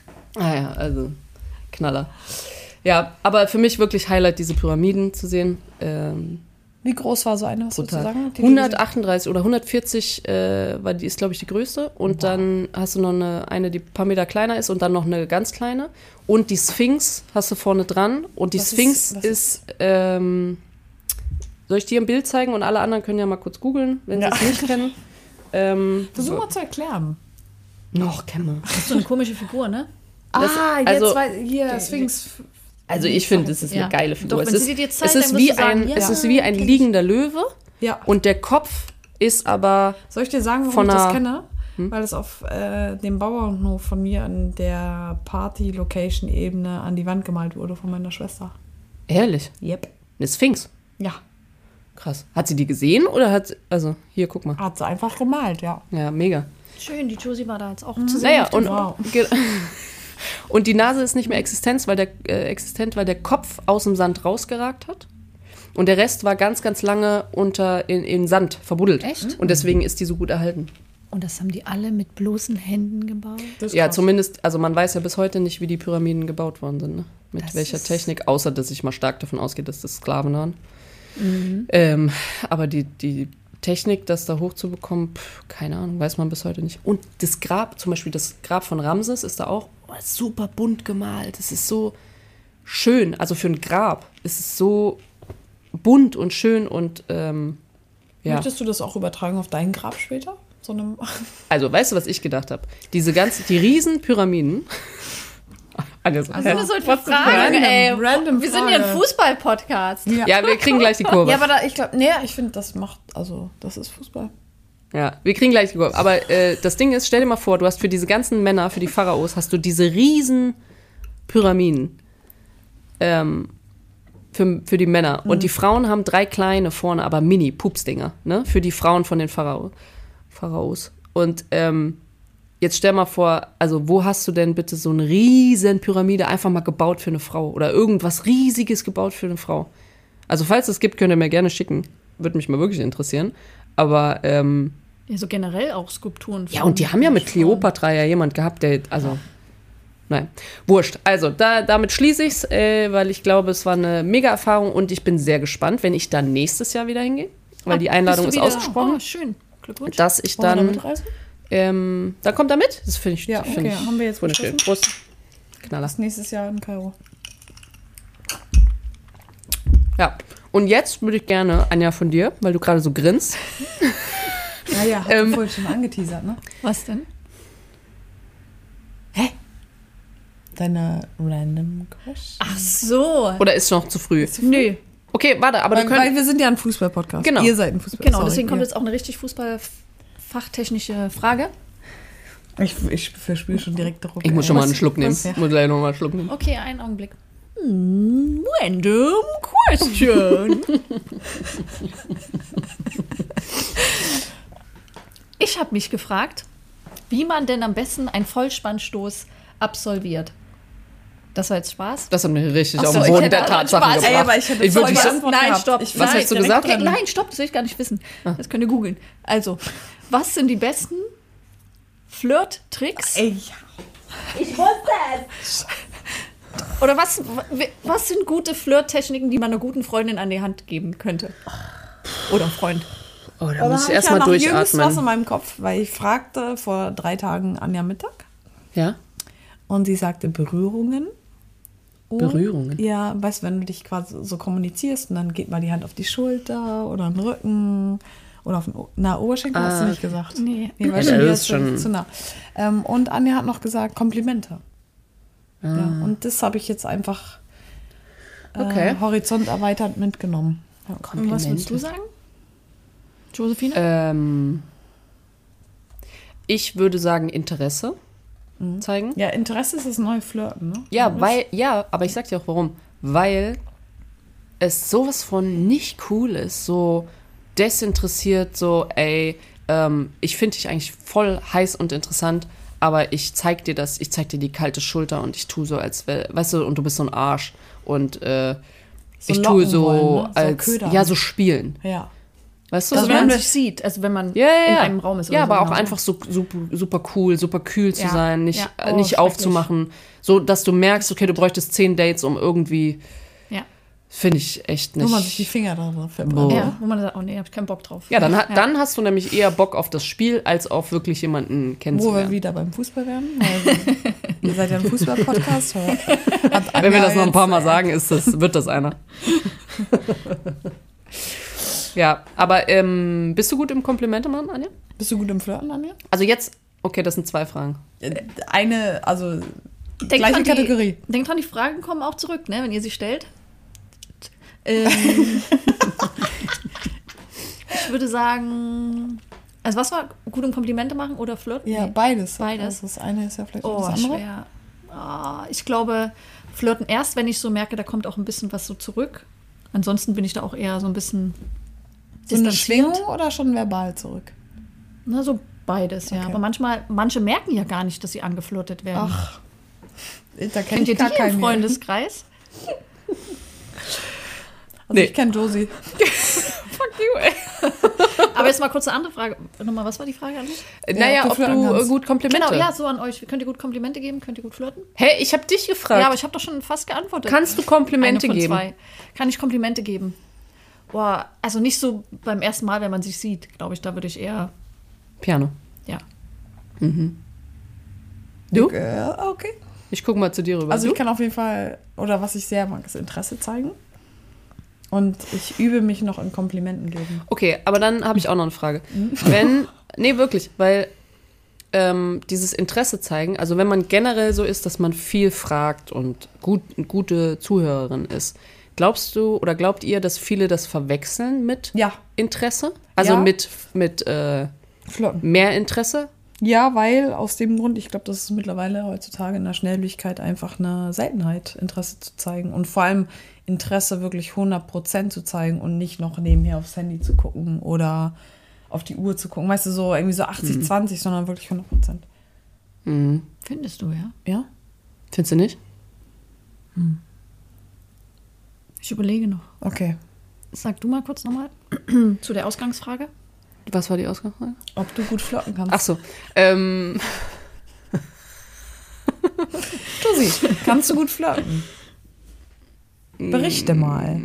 Ah ja, also Knaller. Ja, aber für mich wirklich Highlight, diese Pyramiden zu sehen. Ähm, Wie groß war so eine, was würdest du brutal. sagen? Die du hundertachtunddreißig oder hundertvierzig äh, war die, ist, glaube ich, die größte. Und dann hast du noch eine, eine, die ein paar Meter kleiner ist und dann noch eine ganz kleine. Und die Sphinx hast du vorne dran. Und die Was ist- Sphinx was ist, ähm, soll ich dir ein Bild zeigen? Und alle anderen können ja mal kurz googeln, wenn Ja. sie es nicht kennen. Ähm, Versuch mal zu erklären. noch kennen wir. Das ist so eine komische Figur, ne? Das- ah, jetzt also- weiß hier, Sphinx. Also ich finde, es ist Ja. eine geile Figur. Doch, es wenn ist, sie dir jetzt es zeigt, ist dann wie wirst du sagen, ein, ja, es ist wie ein kenn ich. liegender Löwe Ja. und der Kopf ist aber Soll ich dir sagen, warum Von ich das einer- kenne? Weil es auf äh, dem Bauernhof von mir an der Party-Location-Ebene an die Wand gemalt wurde von meiner Schwester. ehrlich. Yep. Eine Sphinx. Ja, Krass. Hat sie die gesehen oder hat, also hier, guck mal. hat sie einfach gemalt, ja. Ja, mega. Schön, die Josie war da jetzt auch zu sehen. Naja, auf dem und, Wow. ge- und die Nase ist nicht mehr existent, weil der, äh, existent, weil der Kopf aus dem Sand rausgeragt hat. Und der Rest war ganz, ganz lange unter in, in Sand verbuddelt. Echt? Und deswegen ist die so gut erhalten. Und das haben die alle mit bloßen Händen gebaut. Das ist Ja, krass. zumindest, also man weiß ja bis heute nicht, wie die Pyramiden gebaut worden sind, ne? Mit Das welcher ist- Technik, außer dass ich mal stark davon ausgehe, dass das Sklaven waren. Ähm, aber die, die Technik, das da hochzubekommen, pf, keine Ahnung, weiß man bis heute nicht. Und das Grab, zum Beispiel das Grab von Ramses, ist da auch oh, super bunt gemalt. Es ist so schön, also für ein Grab ist es so bunt und schön und ähm, ja. Möchtest du das auch übertragen auf dein Grab später? So einem Also, weißt du, was ich gedacht habe? Diese ganzen, die riesen Pyramiden. Also, Also, ja. das sollte What's Fragen, random, ey. random Wir sind hier ein Frage. Fußball-Podcast. Ja, wir kriegen gleich die Kurve. Ja, aber da, ich glaube, nee, ich finde, das macht, also, das ist Fußball. Ja, wir kriegen gleich die Kurve. Aber äh, das Ding ist, stell dir mal vor, du hast für diese ganzen Männer, für die Pharaos, hast du diese riesen Pyramiden ähm, für, für die Männer. Und die Frauen haben drei kleine vorne, aber Mini-Pupsdinger, ne? Für die Frauen von den Pharao, Pharaos. Und ähm, jetzt stell mal vor, also wo hast du denn bitte so eine riesen Pyramide einfach mal gebaut für eine Frau? Oder irgendwas Riesiges gebaut für eine Frau? Also falls es gibt, könnt ihr mir gerne schicken. Würde mich mal wirklich interessieren. Aber ähm, Ja, so generell auch Skulpturen. ja, und die haben ja mit Kleopatra ja jemand gehabt, der, also Nein. Wurscht. Also, da, damit schließe ich es, äh, weil ich glaube, es war eine Mega-Erfahrung und ich bin sehr gespannt, wenn ich dann nächstes Jahr wieder hingehe, weil die Einladung ist Bist du wieder- ausgesprochen, Oh, schön. Glückwunsch. dass ich Wollen wir da dann. mitreisen? Ähm, dann kommt er mit? Das finde ich, Ja, find okay, ich haben wir jetzt wunderschön. beschlossen. Prost. Knaller. Das nächstes Jahr in Kairo. Ja. Und jetzt würde ich gerne, Anja, von dir, weil du gerade so grinst. Naja, hat Ähm, ähm, vorhin schon angeteasert, ne? Was denn? Deine Random Crush? Ach so. Oder ist noch zu früh? Nö. Okay, warte, aber weil, du könntest. weil wir sind ja ein Fußball-Podcast. Genau. Ihr seid ein Fußball. Genau, sorry, deswegen kommt ihr. jetzt auch eine richtig fußballfachtechnische Frage. Ich, ich verspüre schon direkt Druck. Ich muss ey. schon mal Was- einen Schluck nehmen. was- ja. Ich muss gleich noch mal einen Schluck nehmen. Okay, einen Augenblick. Hm, random question. Ich habe mich gefragt, wie man denn am besten einen Vollspannstoß absolviert. Das war jetzt Spaß? Das hat mich richtig Ach auf so, den ich Boden hätte der auch Tatsachen Spaß. gebracht. Ey, aber ich hätte ich voll wirklich, die Antwort Nein, gehabt. stopp. Ich- Was nein, hast du direkt- gesagt? Okay, nein, stopp, das will ich gar nicht wissen. Das könnt ihr googeln. Also, was sind die besten Flirt-Tricks? Ey, Oder was, was sind gute Flirt-Techniken, die man einer guten Freundin an die Hand geben könnte? Oder Freund. oh, da aber muss ich hab erstmal ja noch jüngst was in durchatmen. meinem Kopf, weil ich fragte vor drei Tagen Anja Mittag Ja? und sie sagte Berührungen. Und, Berührungen? Ja, weißt du, wenn du dich quasi so kommunizierst und dann geht mal die Hand auf die Schulter oder den Rücken oder auf den o na, Oberschenkel, hast du Ah, nicht gesagt. Nee. Nee, weil Ja, schon das wieder ist zu, schon- zu nah. Ähm, und Anja hat noch gesagt Komplimente. Ah. Ja, und das habe ich jetzt einfach äh, Okay. Horizont erweitert mitgenommen. Ja. Und was würdest du sagen? Josephine? Ähm, ich würde sagen Interesse zeigen. Ja, Interesse ist das neue Flirten, ne? Ja, weil, ja, aber ich sag dir auch warum. Weil es sowas von nicht cool ist, so desinteressiert, so, ey, ähm, ich finde dich eigentlich voll heiß und interessant, aber ich zeig dir das, ich zeig dir die kalte Schulter und ich tue so, als wär, weißt du, und du bist so ein Arsch und äh, So ich tue locken so wollen, ne? So als, ködern. ja, so spielen, Ja. weißt du? also so wenn man ganz- sich sieht, also wenn man ja, ja, in ja. einem Raum ist. Ja, oder so, aber auch genau. einfach so super, super cool, super kühl zu Ja, sein, nicht, ja. äh, Oh, nicht schrecklich. aufzumachen, so dass du merkst, okay, du bräuchtest zehn Dates, um irgendwie, Ja. finde ich echt nicht. Wo man sich die Finger dran verbrennt. Boah. Ja, wo man sagt, oh nee, hab ich keinen Bock drauf. Ja, dann, ha- dann hast du nämlich eher Bock auf das Spiel, als auf wirklich jemanden Wo wir kennenzulernen. wieder beim Fußball werden. Also, ihr seid ja ein Fußball-Podcast. Hat Wenn wir Anja das noch ein jetzt, paar Mal äh, sagen, ist das, wird das einer. Ja, aber ähm, bist du gut im Komplimente machen, Anja? Bist du gut im Flirten, Anja? Also jetzt, okay, das sind zwei Fragen. Eine, also Denkt gleiche dran, Kategorie. Die, denkt dran, die Fragen kommen auch zurück, ne, wenn ihr sie stellt. Ähm, ich würde sagen, also was war gut im Komplimente machen oder flirten? Ja, Nee. beides. Beides. Also das eine ist ja vielleicht auch Oh, das andere. schwer. Ah, ich glaube, flirten erst, wenn ich so merke, da kommt auch ein bisschen was so zurück. Ansonsten bin ich da auch eher so ein bisschen So eine distanziert. Schwingung oder schon verbal zurück? Na, so beides, ja. Okay. Aber manchmal, manche merken ja gar nicht, dass sie angeflirtet werden. Ach, da kenne Kennt ihr ich gar die im keinen mehr. Freundeskreis? Also Nee. ich kenne Josie. Fuck you, ey. Aber jetzt mal kurz eine andere Frage. Nochmal, was war die Frage an mich? Naja, ob du ob flirten du äh, kannst. gut Komplimente. Genau, ja, so an euch. Könnt ihr gut Komplimente geben? Könnt ihr gut flirten? Hey, ich habe dich gefragt. Ja, aber ich habe doch schon fast geantwortet. Kannst du Komplimente Eine von geben? zwei. Kann ich Komplimente geben? Boah, also nicht so beim ersten Mal, wenn man sich sieht, glaube ich. Da würde ich eher, Piano. ja. Du? Äh, okay. Ich gucke mal zu dir rüber. Also du? ich kann auf jeden Fall, oder was ich sehr mag, ist Interesse zeigen. Und ich übe mich noch in Komplimenten geben. Okay, aber dann habe ich auch noch eine Frage. Wenn, nee, wirklich, weil ähm, dieses Interesse zeigen, also wenn man generell so ist, dass man viel fragt und gut, eine gute Zuhörerin ist, glaubst du oder glaubt ihr, dass viele das verwechseln mit Ja, Interesse? Also Ja. mit, mit äh, flirten. mehr Interesse? Ja, weil aus dem Grund, ich glaube, das ist mittlerweile heutzutage in der Schnelllebigkeit einfach eine Seltenheit, Interesse zu zeigen. Und vor allem Interesse wirklich hundert Prozent zu zeigen und nicht noch nebenher aufs Handy zu gucken oder auf die Uhr zu gucken. Weißt du, so irgendwie so achtzig zwanzig, sondern wirklich hundert Prozent. Mhm. Findest du, ja? Ja? Findest du nicht? Ich überlege noch. Okay. Sag du mal kurz nochmal zu der Ausgangsfrage. Was war die Ausgangsfrage? Ob du gut flirten kannst. Ach so. Ähm. Josie, kannst du gut flirten? Berichte mal.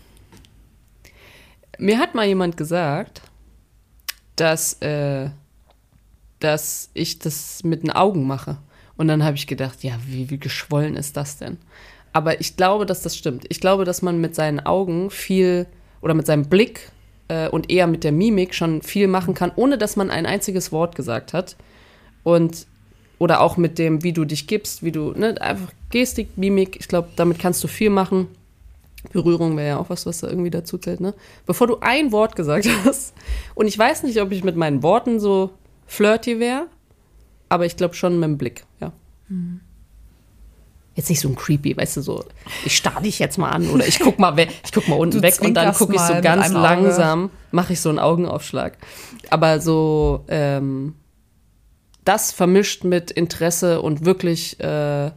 Mir hat mal jemand gesagt, dass, äh, dass ich das mit den Augen mache. Und dann habe ich gedacht, ja, wie, wie geschwollen ist das denn? Aber ich glaube, dass das stimmt. Ich glaube, dass man mit seinen Augen viel oder mit seinem Blick äh, und eher mit der Mimik schon viel machen kann, ohne dass man ein einziges Wort gesagt hat. Und oder auch mit dem, wie du dich gibst, wie du, ne, einfach Gestik, Mimik, ich glaube, damit kannst du viel machen. Berührung wäre ja auch was, was da irgendwie dazu zählt, ne? Bevor du ein Wort gesagt hast. Und ich weiß nicht, ob ich mit meinen Worten so flirty wäre, aber ich glaube schon mit dem Blick, ja. Mhm. Jetzt nicht so ein creepy, weißt du, so, ich starre dich jetzt mal an oder ich guck mal, we- ich guck mal unten Du weg und dann gucke ich so ganz langsam, mache ich so einen Augenaufschlag. Aber so, ähm, das vermischt mit Interesse und wirklich, äh,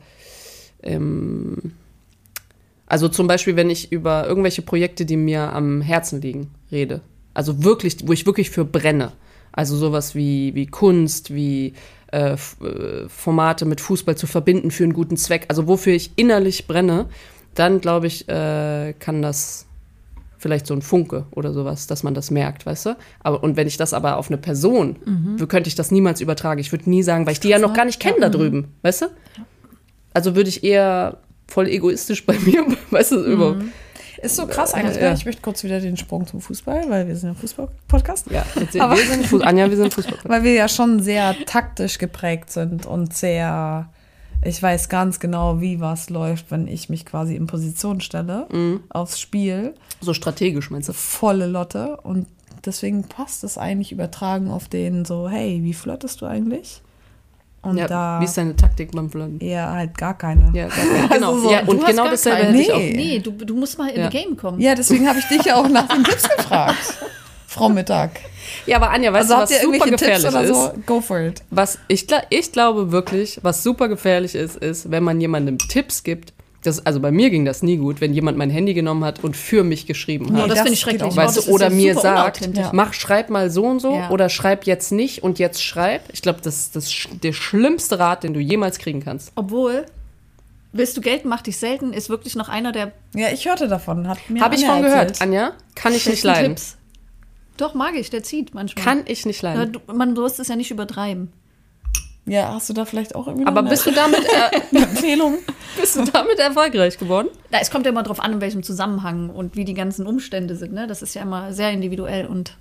ähm, also zum Beispiel, wenn ich über irgendwelche Projekte, die mir am Herzen liegen, rede. Also wirklich, wo ich wirklich für brenne. Also sowas wie, wie Kunst, wie äh, Formate mit Fußball zu verbinden für einen guten Zweck. Also wofür ich innerlich brenne, dann glaube ich, äh, kann das vielleicht so ein Funke oder sowas, dass man das merkt, weißt du? Aber, und wenn ich das aber auf eine Person, mhm. könnte ich das niemals übertragen. Ich würde nie sagen, weil ich die ja noch gar nicht kenne da drüben, weißt du? Also würde ich eher voll egoistisch bei mir, weißt du, mhm. über... Ist so krass eigentlich. Ja. Ich möchte kurz wieder den Sprung zum Fußball, weil wir sind ein Fußball-Podcast. Ja, wir sind Fuß- Anja, wir sind Fußball-Podcast. Weil wir ja schon sehr taktisch geprägt sind und sehr, ich weiß ganz genau, wie was läuft, wenn ich mich quasi in Position stelle mhm. aufs Spiel. So strategisch, meinst du? Volle Lotte. Und deswegen passt es eigentlich übertragen auf den so, hey, wie flirtest du eigentlich? Und ja, da wie ist deine Taktik beim Flirten? Ja, halt gar keine. Ja, gar keine. Genau. Also so, ja, und genau dasselbe hätte nee. ich auch. Nee, du, du musst mal in ja. the game kommen. Ja, deswegen habe ich dich ja auch nach den Tipps gefragt, Frau Mittag. Ja, aber Anja, weißt also du, was super gefährlich Tipps oder ist? So? Go for it. Was ich, ich glaube wirklich, was super gefährlich ist, ist, wenn man jemandem Tipps gibt. Das, also bei mir ging das nie gut, wenn jemand mein Handy genommen hat und für mich geschrieben hat. Nee, das, das finde ich schrecklich. Weißt du, oder ja mir sagt, ja. mach, schreib mal so und so ja. oder schreib jetzt nicht und jetzt schreib. Ich glaube, das ist das, der schlimmste Rat, den du jemals kriegen kannst. Obwohl, willst du Geld, mach dich selten, ist wirklich noch einer der... Ja, ich hörte davon. Habe hab ich von gehört, Anja. Kann ich nicht leiden. Tipps. Doch, mag ich, der zieht manchmal. Kann ich nicht leiden. Ja, du, man, du musst es ja nicht übertreiben. Ja, hast du da vielleicht auch irgendwie Aber eine bist du damit äh, Empfehlung? Bist du damit erfolgreich geworden? Na, es kommt ja immer drauf an, in welchem Zusammenhang und wie die ganzen Umstände sind. Ne? Das ist ja immer sehr individuell und.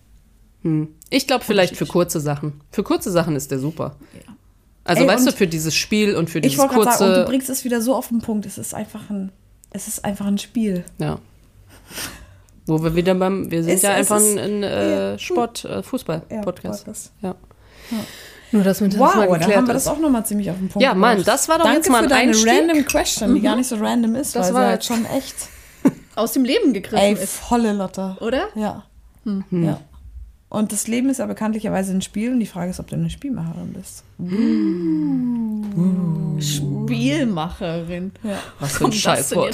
Hm. Ich glaube vielleicht für kurze Sachen. Für kurze Sachen ist der super. Ja. Also Ey, weißt du, für dieses Spiel und für dieses ich kurze. Sagen, und du bringst es wieder so auf den Punkt. Es ist einfach ein, es ist einfach ein Spiel. Ja. Wo wir wieder beim, wir sind es, ja einfach ist, ein äh, Sport, äh, Fußball-Podcast. Ja, ja. ja. Nur, dass man das wow, mal geklärt dann haben wir ist. das auch nochmal ziemlich auf den Punkt Ja, Mann, das war doch Danke jetzt mal ein für deine Einstieg. random Question, die mhm. gar nicht so random ist, das weil war sie halt schon echt aus dem Leben gegriffen ey, ist. volle Lotte. Oder? Ja. Hm. ja. Und das Leben ist ja bekanntlicherweise ein Spiel und die Frage ist, ob du eine Spielmacherin bist. Uh. Uh. Spielmacherin. Ja. Was für ein Scheißwort.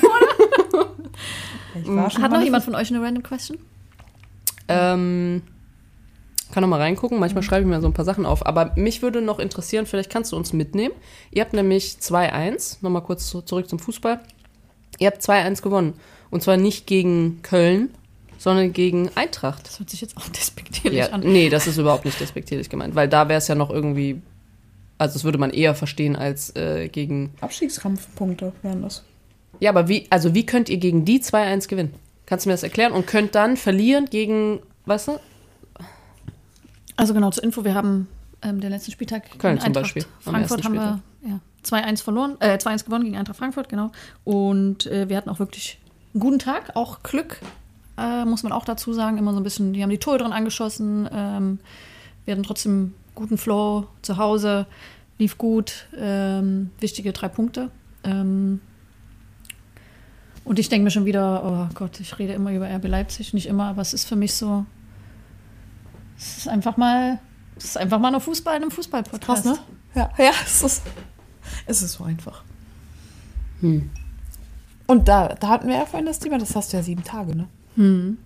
Ich war schon Hat noch jemand von euch eine random Question? Ähm, kann noch mal reingucken. Manchmal schreibe ich mir so ein paar Sachen auf. Aber mich würde noch interessieren, vielleicht kannst du uns mitnehmen. Ihr habt nämlich zwei eins, nochmal kurz zurück zum Fußball. Ihr habt zwei eins gewonnen. Und zwar nicht gegen Köln, sondern gegen Eintracht. Das hört sich jetzt auch despektierlich ja, an. Nee, das ist überhaupt nicht despektierlich gemeint. Weil da wäre es ja noch irgendwie, also das würde man eher verstehen als äh, gegen... Abstiegskampfpunkte wären das. Ja, aber wie, also wie könnt ihr gegen die zwei eins gewinnen? Kannst du mir das erklären? Und könnt dann verlieren gegen, weißt du? Also genau, zur Info, wir haben ähm, den letzten Spieltag Köln gegen zum Eintracht Beispiel. Frankfurt haben wir ja, zwei eins verloren, äh, zwei eins gewonnen gegen Eintracht Frankfurt, genau. Und äh, wir hatten auch wirklich einen guten Tag, auch Glück, äh, muss man auch dazu sagen. Immer so ein bisschen, die haben die Tore drin angeschossen. Ähm, wir hatten trotzdem guten Flow zu Hause, lief gut, ähm, wichtige drei Punkte. Ähm, Und ich denke mir schon wieder, oh Gott, ich rede immer über R B Leipzig, nicht immer, aber es ist für mich so, es ist einfach mal, es ist einfach mal nur Fußball in einem Fußball-Podcast. Krass, ne? Ja, ja es, ist, es ist so einfach. Hm. Und da, da hatten wir ja vorhin das Thema, das hast du ja sieben Tage, ne? Hm.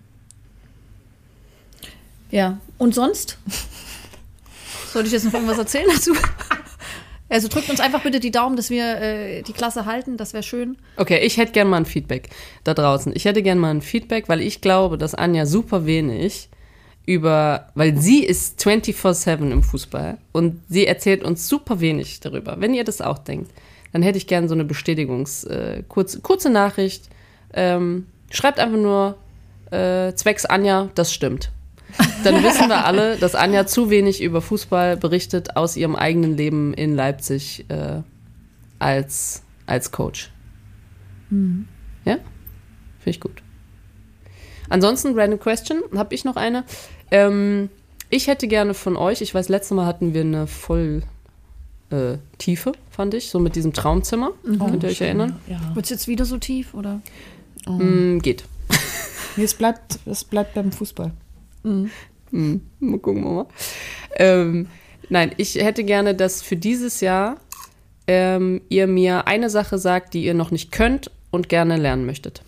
Ja, und sonst? Soll ich jetzt noch irgendwas erzählen dazu? Also drückt uns einfach bitte die Daumen, dass wir äh, die Klasse halten. Das wäre schön. Okay, ich hätte gerne mal ein Feedback da draußen. Ich hätte gerne mal ein Feedback, weil ich glaube, dass Anja super wenig über, weil sie ist vierundzwanzig sieben im Fußball und sie erzählt uns super wenig darüber. Wenn ihr das auch denkt, dann hätte ich gerne so eine Bestätigungs, äh, kurz, kurze Nachricht. Ähm, schreibt einfach nur äh, zwecks Anja, das stimmt. Dann wissen wir alle, dass Anja zu wenig über Fußball berichtet aus ihrem eigenen Leben in Leipzig äh, als, als Coach. Mhm. Ja? Finde ich gut. Ansonsten, random question, habe ich noch eine. Ähm, ich hätte gerne von euch, ich weiß, letztes Mal hatten wir eine voll äh, Tiefe, fand ich, so mit diesem Traumzimmer. Mhm. Könnt ihr euch erinnern? Ja. Wird es jetzt wieder so tief, oder? Oh. Mm, geht. Nee, es bleibt, es bleibt beim Fußball. Mhm. Hm, mal gucken wir mal. Ähm, nein, ich hätte gerne, dass für dieses Jahr ähm, ihr mir eine Sache sagt, die ihr noch nicht könnt und gerne lernen möchtet.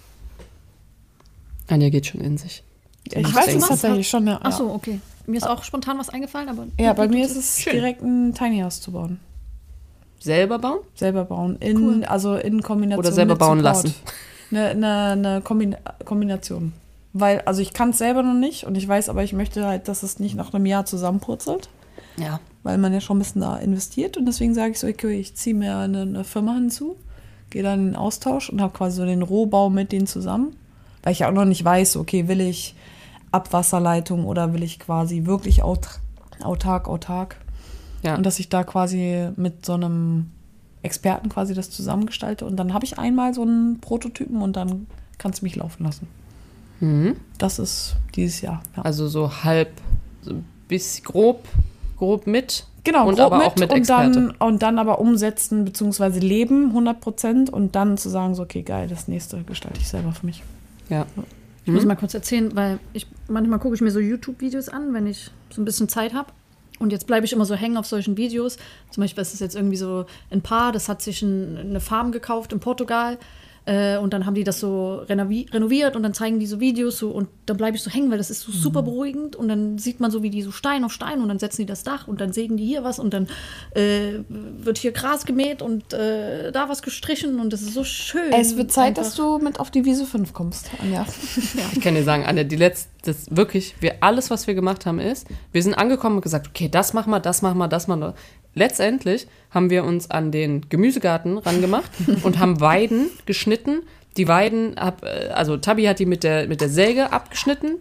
Anja geht schon in sich. Ich Ach, weiß denkst es du? tatsächlich schon, ja. Ach so, okay. Mir ist auch spontan was eingefallen, aber... Ja, bei mir ist es Schön. direkt ein Tiny House zu bauen. Selber bauen? Selber bauen. In, Cool. Also in Kombination Oder selber mit bauen Support. lassen? Eine, eine, eine Kombin Kombination. Weil, also ich kann es selber noch nicht und ich weiß aber, ich möchte halt, dass es nicht nach einem Jahr zusammenpurzelt, Ja. weil man ja schon ein bisschen da investiert und deswegen sage ich so, okay, ich ziehe mir eine, eine Firma hinzu, gehe dann in den Austausch und habe quasi so den Rohbau mit denen zusammen, weil ich ja auch noch nicht weiß, okay, will ich Abwasserleitung oder will ich quasi wirklich aut autark, autark Ja. und dass ich da quasi mit so einem Experten quasi das zusammengestalte und dann habe ich einmal so einen Prototypen und dann kannst du mich laufen lassen. Mhm. Das ist dieses Jahr. Ja. Also so halb, so bis grob, grob mit. Genau, und grob aber auch mit und Experte. dann, und dann aber umsetzen bzw. leben hundert Prozent und dann zu sagen, so okay, geil, das nächste gestalte ich selber für mich. Ja. Ich muss mal kurz erzählen, weil ich manchmal gucke ich mir so YouTube-Videos an, wenn ich so ein bisschen Zeit habe. Und jetzt bleibe ich immer so hängen auf solchen Videos. Zum Beispiel ist es jetzt irgendwie so ein Paar, das hat sich ein, eine Farm gekauft in Portugal. Äh, und dann haben die das so renovi renoviert und dann zeigen die so Videos so und dann bleibe ich so hängen, weil das ist so super beruhigend und dann sieht man so, wie die so Stein auf Stein und dann setzen die das Dach und dann sägen die hier was und dann äh, wird hier Gras gemäht und äh, da was gestrichen und das ist so schön. Es wird Zeit, einfach. dass du mit auf die Wiese fünf kommst, Anja. Ich kann dir sagen, Anja, die letzte, das wirklich, wir, alles, was wir gemacht haben, ist, wir sind angekommen und gesagt, okay, das machen wir, das machen wir, das machen wir. Letztendlich haben wir uns an den Gemüsegarten rangemacht und haben Weiden geschnitten. Die Weiden, hab, also Tabi hat die mit der, mit der Säge abgeschnitten.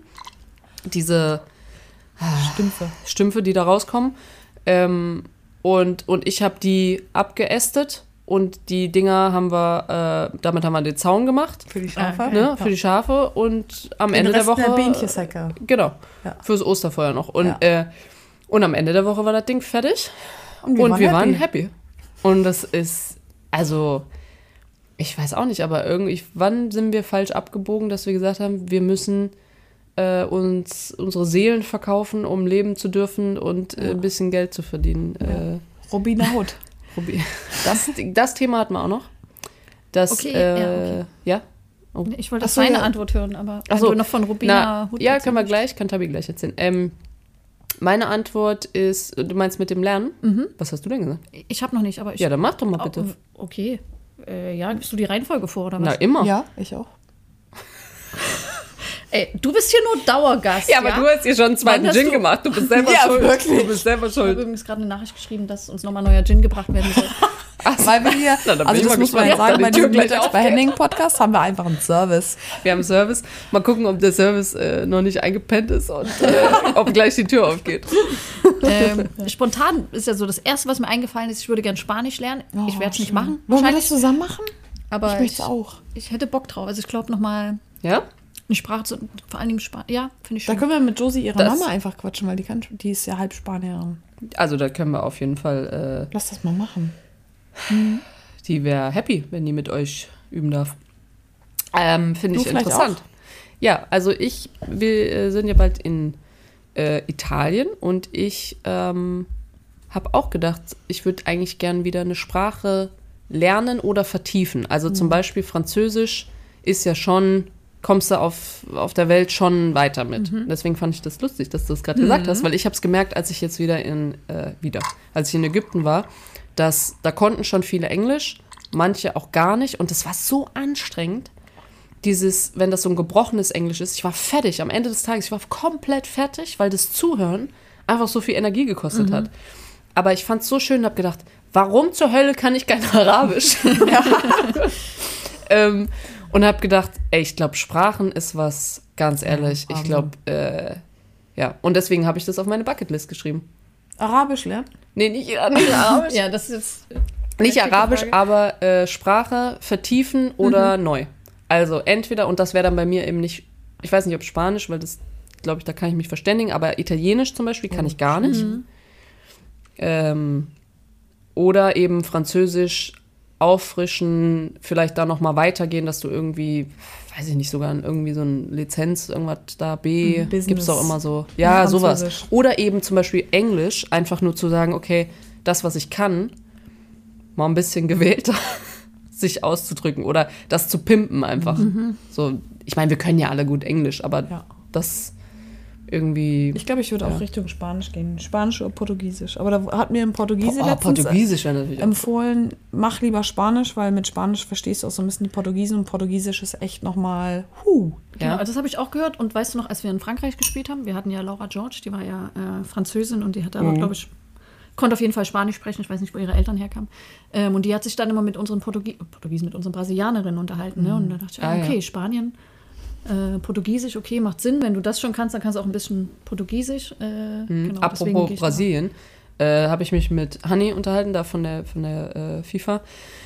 Diese Stümpfe. Stümpfe, die da rauskommen. Ähm, und, und ich habe die abgeästet und die Dinger haben wir, äh, damit haben wir den Zaun gemacht. Für die Schafe. Ah, Ne, für die Schafe und am Den Ende Rest der Woche. der Bähnchensäcke. Genau. Ja. Fürs Osterfeuer noch. Und, Ja. äh, und am Ende der Woche war das Ding fertig. Und wir, und waren, wir happy. waren happy. Und das ist, also, ich weiß auch nicht, aber irgendwie, wann sind wir falsch abgebogen, dass wir gesagt haben, wir müssen äh, uns unsere Seelen verkaufen, um leben zu dürfen und äh, ein bisschen Geld zu verdienen. Ja. Äh, Robina Hood. Robi- das, das Thema hatten wir auch noch. Das, Okay, äh, ja, okay. ja? Oh. Ich wollte Ach das so, deine ja. Antwort hören, aber Ach wenn so, du noch von Rubina Na, Hut ja, können wir erzählst. gleich, kann Tabi gleich erzählen. Ähm, meine Antwort ist, du meinst mit dem Lernen? Mhm. Was hast du denn gesagt? Ich habe noch nicht, aber ich... Ja, dann mach doch mal bitte. Oh, okay. Äh, ja, gibst du die Reihenfolge vor, oder was? Na, immer. Ja, ich auch. Ey, du bist hier nur Dauergast, Ja, aber du hast hier schon einen zweiten Wann hast Gin du- gemacht. Du bist selber Ja, schuld. wirklich. Du bist selber Ich habe schuld. übrigens gerade eine Nachricht geschrieben, dass uns nochmal neuer Gin gebracht werden soll. Weil wir hier, Na, dann bin also ich das mal muss man gespannt, ob sagen, da bei die Tür diesem gleich Mittags bei aufgeht. Henning Podcast haben wir einfach einen Service. Wir haben Service. Mal gucken, ob der Service äh, noch nicht eingepennt ist und äh, ob gleich die Tür aufgeht. ähm, spontan ist ja so das Erste, was mir eingefallen ist, ich würde gern Spanisch lernen. ich werde es nicht machen, Wollen wir das wahrscheinlich. zusammen machen? Aber Ich ich, möchte es auch. ich hätte Bock drauf. Also ich glaube nochmal Ja? eine Sprache, zu, vor allem Spanisch. Ja, finde ich Da schön. können wir mit Josie, ihrer Das- Mama, einfach quatschen, weil die kann, die ist ja halb Spanierin. Also da können wir auf jeden Fall, äh, Lass das mal machen. die wäre happy, wenn die mit euch üben darf. Ähm, Finde Du ich vielleicht interessant. Ja, also ich, wir äh, sind ja bald in äh, Italien und ich ähm, habe auch gedacht, ich würde eigentlich gern wieder eine Sprache lernen oder vertiefen. Also zum Beispiel Französisch ist ja schon, kommst du auf, auf der Welt schon weiter mit. Deswegen fand ich das lustig, dass du das gerade gesagt hast, weil ich habe es gemerkt, als ich jetzt wieder in, äh, wieder, als ich in Ägypten war, dass da konnten schon viele Englisch, manche auch gar nicht. Und das war so anstrengend, dieses, wenn das so ein gebrochenes Englisch ist. Ich war fertig am Ende des Tages. Ich war komplett fertig, weil das Zuhören einfach so viel Energie gekostet mhm. hat. Aber ich fand es so schön und habe gedacht, warum zur Hölle kann ich kein Arabisch? ähm, und habe gedacht, ey, ich glaube, Sprachen ist was, ganz ehrlich. Ja, ich glaube, äh, ja. Und deswegen habe ich das auf meine Bucketlist geschrieben. Arabisch lernen? Nee, nicht, nicht Arabisch. Ja, das ist jetzt nicht Arabisch, Frage. aber äh, Sprache vertiefen oder mhm. neu. Also entweder, und das wäre dann bei mir eben nicht, ich weiß nicht, ob Spanisch, weil das, glaube ich, da kann ich mich verständigen, aber Italienisch zum Beispiel kann ich gar nicht. Mhm. Ähm, oder eben Französisch auffrischen, vielleicht da noch mal weitergehen, dass du irgendwie, weiß ich nicht, sogar irgendwie so eine Lizenz, irgendwas da, B, mhm, gibt es doch immer so. Ja, sowas. Oder eben zum Beispiel Englisch, einfach nur zu sagen, okay, das, was ich kann, mal ein bisschen gewählter sich auszudrücken oder das zu pimpen einfach. Mhm. So, ich meine, wir können ja alle gut Englisch, aber ja. das irgendwie... Ich glaube, ich würde ja. auch Richtung Spanisch gehen. Spanisch oder Portugiesisch. Aber da hat mir ein Portugiese oh, letztens Portugiesisch natürlich empfohlen, mach lieber Spanisch, weil mit Spanisch verstehst du auch so ein bisschen die Portugiesen und Portugiesisch ist echt nochmal huh. Genau, also das habe ich auch gehört. Und weißt du noch, als wir in Frankreich gespielt haben, wir hatten ja Laura George, die war ja äh, Französin und die hat aber, mhm. glaube ich, konnte auf jeden Fall Spanisch sprechen. Ich weiß nicht, wo ihre Eltern herkamen. Ähm, und die hat sich dann immer mit unseren Portugie- Portugiesen, mit unseren Brasilianerinnen unterhalten. Mhm. Ne? Und da dachte ich, ah, okay, ja. Spanien, äh, Portugiesisch, okay, macht Sinn. Wenn du das schon kannst, dann kannst du auch ein bisschen Portugiesisch. Äh, mhm. genau, apropos Brasilien, äh, habe ich mich mit Hanni unterhalten, da von der, von der äh, FIFA,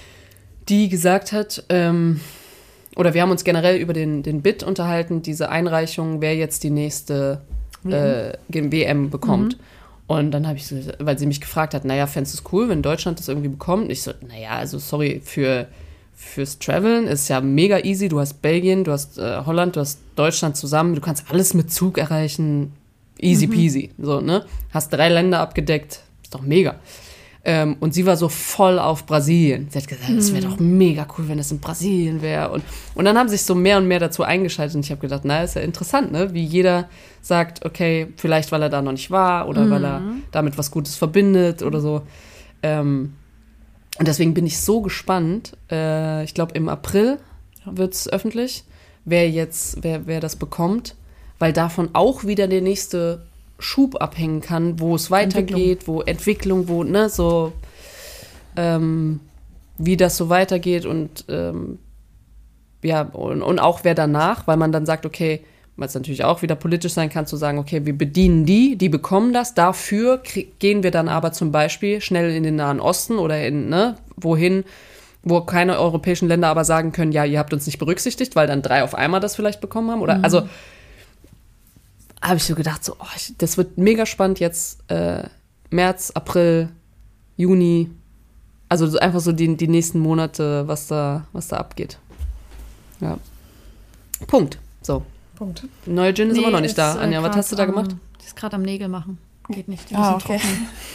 die gesagt hat, ähm, oder wir haben uns generell über den, den Bid unterhalten, diese Einreichung, wer jetzt die nächste W M, äh, W M bekommt. Mhm. Und dann habe ich so, weil sie mich gefragt hat, naja, fändest du es cool, wenn Deutschland das irgendwie bekommt? Ich so, naja, also sorry, für, fürs Traveln ist ja mega easy. Du hast Belgien, du hast äh, Holland, du hast Deutschland zusammen. Du kannst alles mit Zug erreichen. Easy peasy. Mhm. So, ne? Hast drei Länder abgedeckt. Ist doch mega. Ähm, und sie war so voll auf Brasilien. Sie hat gesagt, mhm. das wäre doch mega cool, wenn das in Brasilien wäre. Und, und dann haben sich so mehr und mehr dazu eingeschaltet. Und ich habe gedacht, naja, ist ja interessant, ne? Wie jeder sagt, okay, vielleicht weil er da noch nicht war oder mhm. weil er damit was Gutes verbindet oder so. Ähm, und deswegen bin ich so gespannt. Äh, ich glaube, im April wird es öffentlich, wer jetzt, wer, wer das bekommt, weil davon auch wieder der nächste Schub abhängen kann, wo es weitergeht, Entwicklung. wo Entwicklung, wo, ne, so ähm, wie das so weitergeht und ähm, ja, und, und auch wer danach, weil man dann sagt, okay, weil es natürlich auch wieder politisch sein kann, zu sagen, okay, wir bedienen die, die bekommen das, dafür krie- gehen wir dann aber zum Beispiel schnell in den Nahen Osten oder in, ne, wohin, wo keine europäischen Länder aber sagen können, ja, ihr habt uns nicht berücksichtigt, weil dann drei auf einmal das vielleicht bekommen haben, oder, mhm. also habe ich so gedacht, so, oh, ich, das wird mega spannend jetzt, äh, März, April, Juni, also so einfach so die, die nächsten Monate, was da, was da abgeht. Ja. Punkt. So. Punkt. Neue Gin ist nee, immer noch nicht da. Äh, Anja, was hast du da gemacht? Am, die ist gerade am Nägel machen. Geht nicht. Die ah, okay.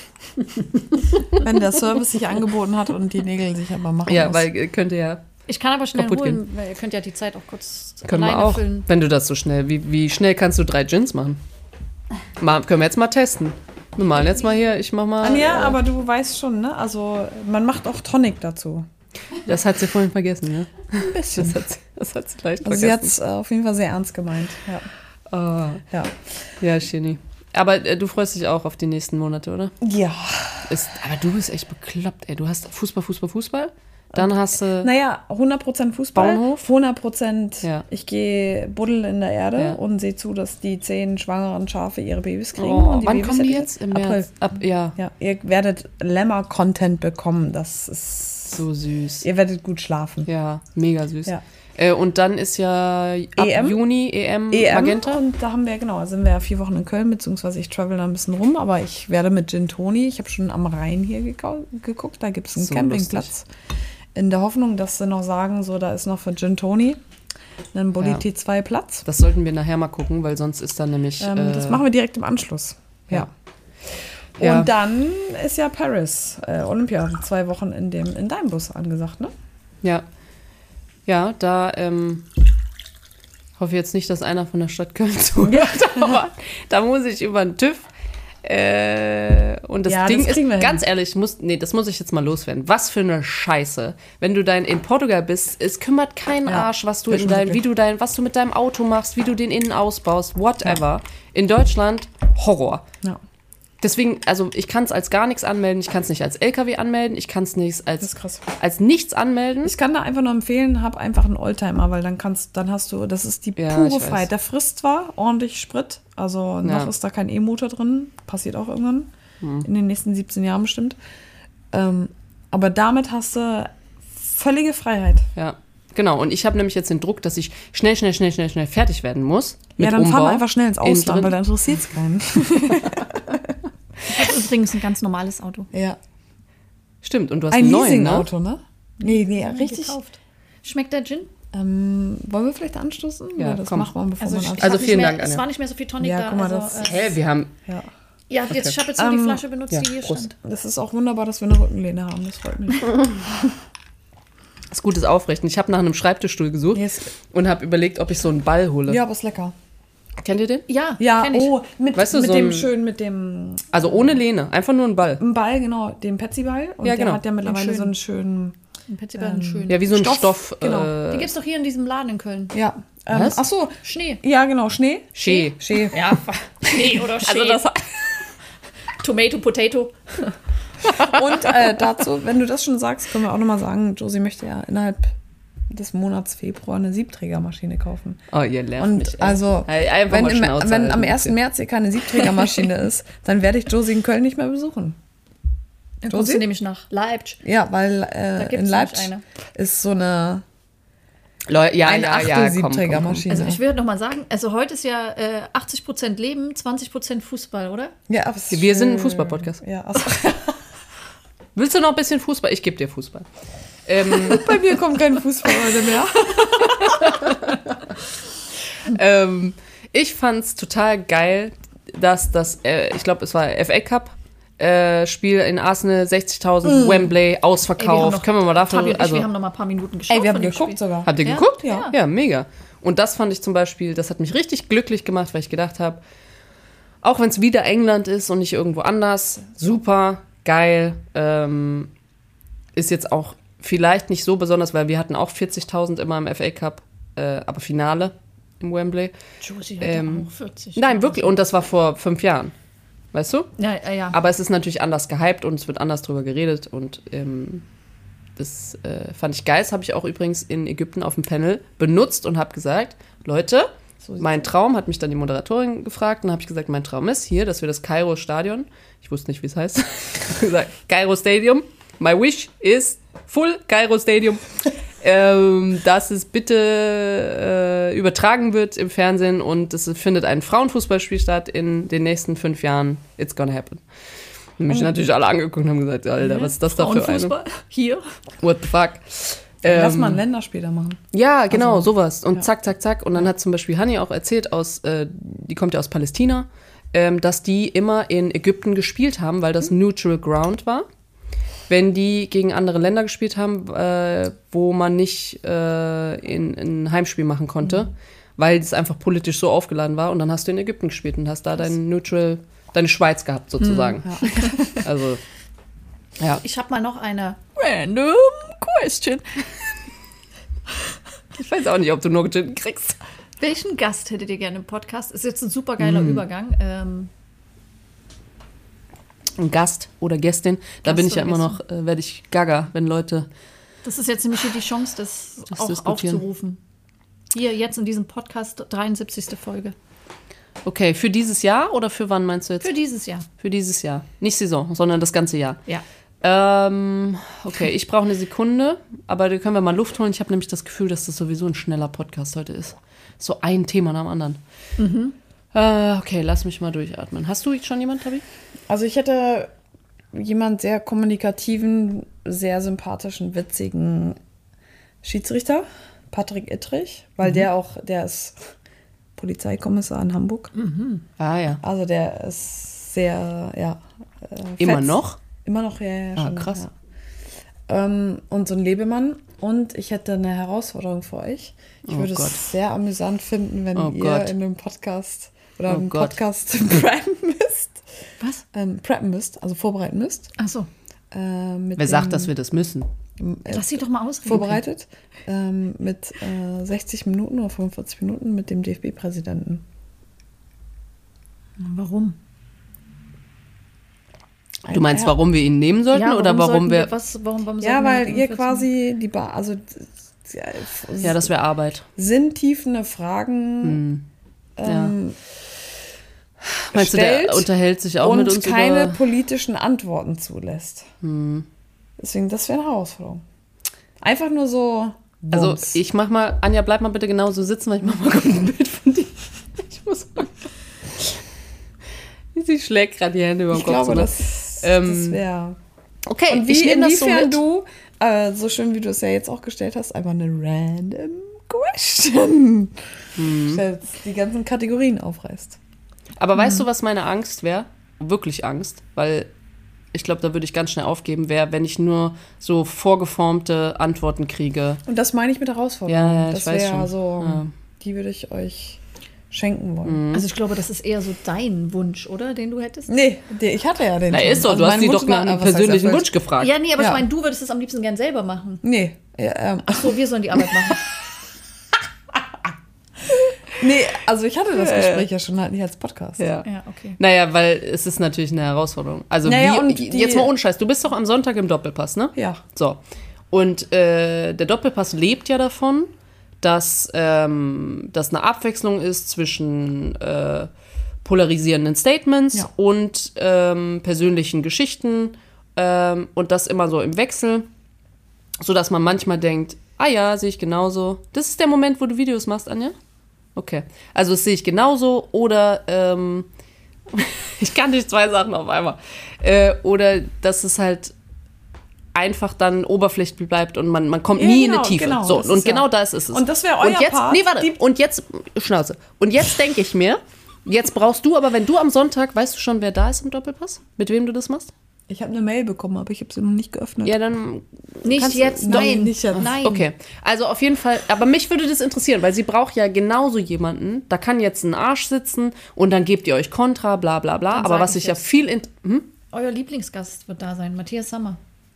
Wenn der Service sich angeboten hat und die Nägel sich aber machen Ja, muss. weil könnte ja Ich kann aber schnell kaputt holen, gehen. weil ihr könnt ja die Zeit auch kurz Können alleine wir auch, füllen. wenn du das so schnell, wie, wie schnell kannst du drei Gins machen? Mal, können wir jetzt mal testen. Wir malen jetzt mal hier, ich mach mal. Anja, äh, aber du weißt schon, ne? Also man macht auch Tonic dazu. Das hat sie vorhin vergessen, ne? Ein bisschen. Das hat sie, das hat sie leicht Also vergessen. sie hat es auf jeden Fall sehr ernst gemeint. Ja, Oh. ja. Ja, Genie. Aber äh, du freust dich auch auf die nächsten Monate, oder? Ja. Ist, aber du bist echt bekloppt, ey. Du hast Fußball, Fußball, Fußball. Dann hast du... Naja, hundert Prozent Fußball. Bauernhof? hundert Prozent Ja. ich gehe buddel in der Erde Ja. und sehe zu, dass die zehn schwangeren Schafe ihre Babys kriegen. Oh, und die wann Babys kommen die sind- jetzt? Im April. März? Ab, ja. Ja, ihr werdet Lämmer-Content bekommen. Das ist... So süß. Ihr werdet gut schlafen. Ja, mega süß. Ja. Äh, und dann ist ja ab E M? Juni E M, E M Magenta. und da haben wir, genau, sind wir ja vier Wochen in Köln, beziehungsweise ich travel da ein bisschen rum, aber ich werde mit Gin Toni, ich habe schon am Rhein hier gekau- geguckt, da gibt es einen So Campingplatz. In der Hoffnung, dass sie noch sagen, so, da ist noch für Gin Toni ein Bulli Ja. T zwei Platz. Das sollten wir nachher mal gucken, weil sonst ist dann nämlich... Ähm, äh, das machen wir direkt im Anschluss. Ja. Ja. Ja. Und dann ist ja Paris, äh, Olympia, zwei Wochen in, dem, in deinem Bus angesagt, ne? Ja. Ja, da ähm, hoffe ich jetzt nicht, dass einer von der Stadt Köln zuhört, aber da muss ich über den TÜV. Äh, und das Ja, Ding das kriegen wir ist, hin. ganz ehrlich, muss, nee, das muss ich jetzt mal loswerden. Was für eine Scheiße. Wenn du dein in Portugal bist, es kümmert keinen Ja, Arsch, was du das in stimmt dein, wie wirklich. du dein, was du mit deinem Auto machst, wie du den innen ausbaust, whatever. In Deutschland Horror. Ja. Deswegen, also ich kann es als gar nichts anmelden, ich kann es nicht als L K W anmelden, ich kann es nicht Das als, ist krass. als nichts anmelden. Ich kann da einfach nur empfehlen, hab einfach einen Oldtimer, weil dann kannst, dann hast du, das ist die Ja, ich pure weiß. Freiheit. Der frisst zwar ordentlich Sprit, also noch Ja. ist da kein E-Motor drin, passiert auch irgendwann, Hm. in den nächsten siebzehn Jahren bestimmt. Ähm, aber damit hast du völlige Freiheit. Ja, genau. Und ich habe nämlich jetzt den Druck, dass ich schnell, schnell, schnell, schnell, schnell fertig werden muss. Mit ja, dann Umbau. fahren wir einfach schnell ins Innen Ausland, drin. weil da interessiert es keinen. Das ist übrigens ein ganz normales Auto. ja. Stimmt, und du hast Ein einen neuen, ne? Leasing-Auto, ne? Nee, nee, richtig. Gekauft. Schmeckt der Gin? Ähm, wollen wir vielleicht anstoßen? Ja, Oder das komm. macht man, bevor Also, man ich anstoßt. Also hab nicht vielen mehr, Dank, Anja. Es war nicht mehr so viel Tonic Ja, da. guck mal, also, das- äh, Hä, wir haben, Ja. ja, jetzt, Okay. ich habe jetzt nur die Ähm, Flasche benutzt, ja, die hier Prost. stand. Das ist auch wunderbar, dass wir eine Rückenlehne haben. Das freut mich. das Gute ist Aufrechten. Ich habe nach einem Schreibtischstuhl gesucht Yes. und habe überlegt, ob ich so einen Ball hole. Ja, aber ist lecker. Kennt ihr den? Ja, Ja, kenn ich. oh, mit, Weißt du, mit so dem ein- schön, mit dem Also ohne Lehne, einfach nur ein Ball. Ball, genau, dem Petsy-Ball. Und Ja, der genau. hat ja mittlerweile Den so einen schönen, Ein Petsyball, ähm, schön. Ja, wie so ein Stoff. Stoff, genau. äh, Die gibt's doch hier in diesem Laden in Köln. ja. Ähm, Was? ach so, Schnee. ja, genau, Schnee. Schee. Schnee. Ja, Schnee oder Schnee. Also das, Tomato, Potato. Und äh, dazu, wenn du das schon sagst, können wir auch nochmal sagen, Josie möchte ja innerhalb des Monats Februar eine Siebträgermaschine kaufen. oh, ihr lernt Und mich. ey. also, Ey, einfach wenn, mal im, Schnauze wenn halten, am bitte. ersten März hier keine Siebträgermaschine ist, dann werde ich Josie in Köln nicht mehr besuchen. Dann kommst Josie? du nämlich nach Leipzig. Ja, weil Da äh, gibt's in nämlich Leipzig eine. ist so eine Leute, ja, ein ja, Achtel ja, komm, komm, komm. Siebträgermaschine. Also ich würde noch mal sagen, also heute ist ja äh, achtzig Prozent Leben, zwanzig Prozent Fußball, oder? Ja, aber es ist Wir sind ein schön. Fußball-Podcast. Ja, also, Willst du noch ein bisschen Fußball? Ich gebe dir Fußball. Ähm, bei mir kommt kein Fußball heute mehr. ähm, ich fand's total geil, dass das, äh, ich glaube, es war F A Cup. Äh, Spiel in Arsenal, sechzigtausend, Wembley, ausverkauft. noch- Können wir mal dafür. Fabi und ich, Also, wir haben noch mal ein paar Minuten geschaut. Ey, wir haben von dem geguckt Spiel. sogar. habt ihr Ja? geguckt? Ja. Ja, mega. Und das fand ich zum Beispiel, das hat mich richtig glücklich gemacht, weil ich gedacht habe, auch wenn es wieder England ist und nicht irgendwo anders, super, geil. Ähm, ist jetzt auch vielleicht nicht so besonders, weil wir hatten auch vierzigtausend immer im F A Cup, äh, aber Finale im Wembley. Josie hat Ähm, ja auch vierzig. Nein, wirklich. Und das war vor fünf Jahren. Weißt du? Ja, ja, ja. Aber es ist natürlich anders gehypt und es wird anders drüber geredet. Und ähm, das äh, fand ich geil. Das habe ich auch übrigens in Ägypten auf dem Panel benutzt und habe gesagt, Leute, mein Traum, hat mich dann die Moderatorin gefragt, und habe ich gesagt, mein Traum ist hier, dass wir das Kairo Stadion, ich wusste nicht, wie es heißt, gesagt, Kairo Stadium, my wish is full Kairo Stadium, ähm, dass es bitte äh, übertragen wird im Fernsehen und es findet ein Frauenfußballspiel statt in den nächsten fünf Jahren. It's gonna happen. Und mich natürlich alle angeguckt und haben gesagt, Alter, was ist das da für eine? Frauenfußball? Hier. What the fuck? Lass Ähm, mal ein Länderspiel da machen. Ja, genau, Also, sowas. Und ja. zack, zack, zack. Und dann hat zum Beispiel Hani auch erzählt, aus, äh, die kommt ja aus Palästina, ähm, dass die immer in Ägypten gespielt haben, weil das Neutral Ground war. Wenn die gegen andere Länder gespielt haben, äh, wo man nicht äh, in, in ein Heimspiel machen konnte, mhm. weil es einfach politisch so aufgeladen war. Und dann hast du in Ägypten gespielt und hast da dein Neutral, deine Schweiz gehabt, sozusagen. Ja. Also, ja. Ich habe mal noch eine random question. Ich weiß auch nicht, ob du nur Gin kriegst. Welchen Gast hättet ihr gerne im Podcast? Ist jetzt ein super geiler Mm. Übergang. Ähm, Ein Gast oder Gästin. Da Gast bin ich ja oder immer Gästin. noch, äh, werde ich gaga, wenn Leute. das ist jetzt nämlich hier die Chance, das, Das auch diskutieren. aufzurufen. Hier, jetzt in diesem Podcast, dreiundsiebzigste Folge. Okay, für dieses Jahr oder für wann meinst du jetzt? Für dieses Jahr. Für dieses Jahr. Nicht Saison, sondern das ganze Jahr. Ja. Ähm, okay, ich brauche eine Sekunde, aber da können wir mal Luft holen. Ich habe nämlich das Gefühl, dass das sowieso ein schneller Podcast heute ist. So ein Thema nach dem anderen. Mhm. Äh, okay, lass mich mal durchatmen. Hast du schon jemand, Tabi? Also ich hätte jemand sehr kommunikativen, sehr sympathischen, witzigen Schiedsrichter, Patrick Ittrich, weil Mhm. der auch, der ist Polizeikommissar in Hamburg. Ah ja. Also der ist sehr, ja. Äh, Immer fetzt. noch? Immer noch, ja, ja. Ah, schon, krass. Ja. Ähm, und so ein Lebemann. Und ich hätte eine Herausforderung für euch. Ich Oh würde Gott. es sehr amüsant finden, wenn Oh ihr Gott. in einem Podcast oder Oh einem Gott. Podcast Brand müsst. Was? ähm, preppen müsst, also vorbereiten müsst. Ach so. Äh, mit Wer dem, sagt, dass wir das müssen? äh, Lass sie doch mal ausreden. vorbereitet ähm, mit äh, sechzig Minuten oder fünfundvierzig Minuten mit dem D F B-Präsidenten. Warum? Du meinst, Ja. warum wir ihn nehmen sollten Ja, oder warum sollten wir... was, warum, warum Ja, sollten wir weil mit ihr fünfundvierzig quasi die ba also Ja, das wäre Arbeit. sinntiefende Fragen ähm, Meinst du, stellt der unterhält sich auch und mit uns keine über... politischen Antworten zulässt. Deswegen, das wäre eine Herausforderung. Einfach nur so. Also Bums. ich mach mal... Anja, bleib mal bitte genauso sitzen, weil ich mach mal kurz ein Bild von dir. Ich muss mal... Sie schlägt gerade die Hände über den Ich Kopf. glaube, so, ne? das, Ähm, das wäre. Okay, Und wie, ich nehme das so inwiefern mit. du, äh, so schön wie du es ja jetzt auch gestellt hast, einfach eine random question Mhm. stellst, die ganzen Kategorien aufreißt. Aber weißt du, was meine Angst wäre? Wirklich Angst, weil ich glaube, da würde ich ganz schnell aufgeben, wäre, wenn ich nur so vorgeformte Antworten kriege. Und das meine ich mit Herausforderung. Ja, ja, ich das weiß wäre schon. so, Ja. die würde ich euch schenken Mhm. wollen. Also ich glaube, das ist eher so dein Wunsch, oder? Den du hättest? Nee, der, ich hatte ja den. Na, schon. ist doch, Also du hast mein sie Wunsch doch war- nach einem äh, was heißt persönlichen erfüllt? Wunsch gefragt. Ja, nee, aber Ja. ich meine, du würdest es am liebsten gern selber machen. Nee, ja, ähm, Ach so, wir sollen die Arbeit machen. nee, also ich hatte das Gespräch ja schon halt nicht als Podcast. Ja. Ja, okay. Naja, weil es ist natürlich eine Herausforderung. Also Naja, wie, und die- jetzt mal ohne Scheiß, du bist doch am Sonntag im Doppelpass, ne? Ja. So. Und äh, der Doppelpass lebt ja davon, dass ähm, das eine Abwechslung ist zwischen äh, polarisierenden Statements Ja. und ähm, persönlichen Geschichten ähm, und das immer so im Wechsel, sodass man manchmal denkt, ah ja, sehe ich genauso. Das ist der Moment, wo du Videos machst, Anja? Okay. Also das sehe ich genauso oder ähm, ich kann nicht zwei Sachen auf einmal. Äh, oder dass es halt einfach dann oberflächlich bleibt und man, man kommt Ja, nie genau, in die Tiefe. genau, so, das und ist ja- genau das ist es. Und das wäre euer und jetzt, Part. Nee, warte. Die- Und jetzt, Schnauze. Und jetzt denke ich mir, jetzt brauchst du, aber wenn du am Sonntag, weißt du schon, wer da ist im Doppelpass? Mit wem du das machst? Ich habe eine Mail bekommen, aber ich habe sie noch nicht geöffnet. Ja, dann Nicht Kannst du- jetzt, Doch, nein. nicht jetzt. Nein. Okay, also auf jeden Fall, aber mich würde das interessieren, weil sie braucht ja genauso jemanden, da kann jetzt ein Arsch sitzen und dann gebt ihr euch Kontra, bla bla bla, Dann aber sag was ich ich ja jetzt. viel... In hm? Euer Lieblingsgast wird da sein, Matthias Sammer.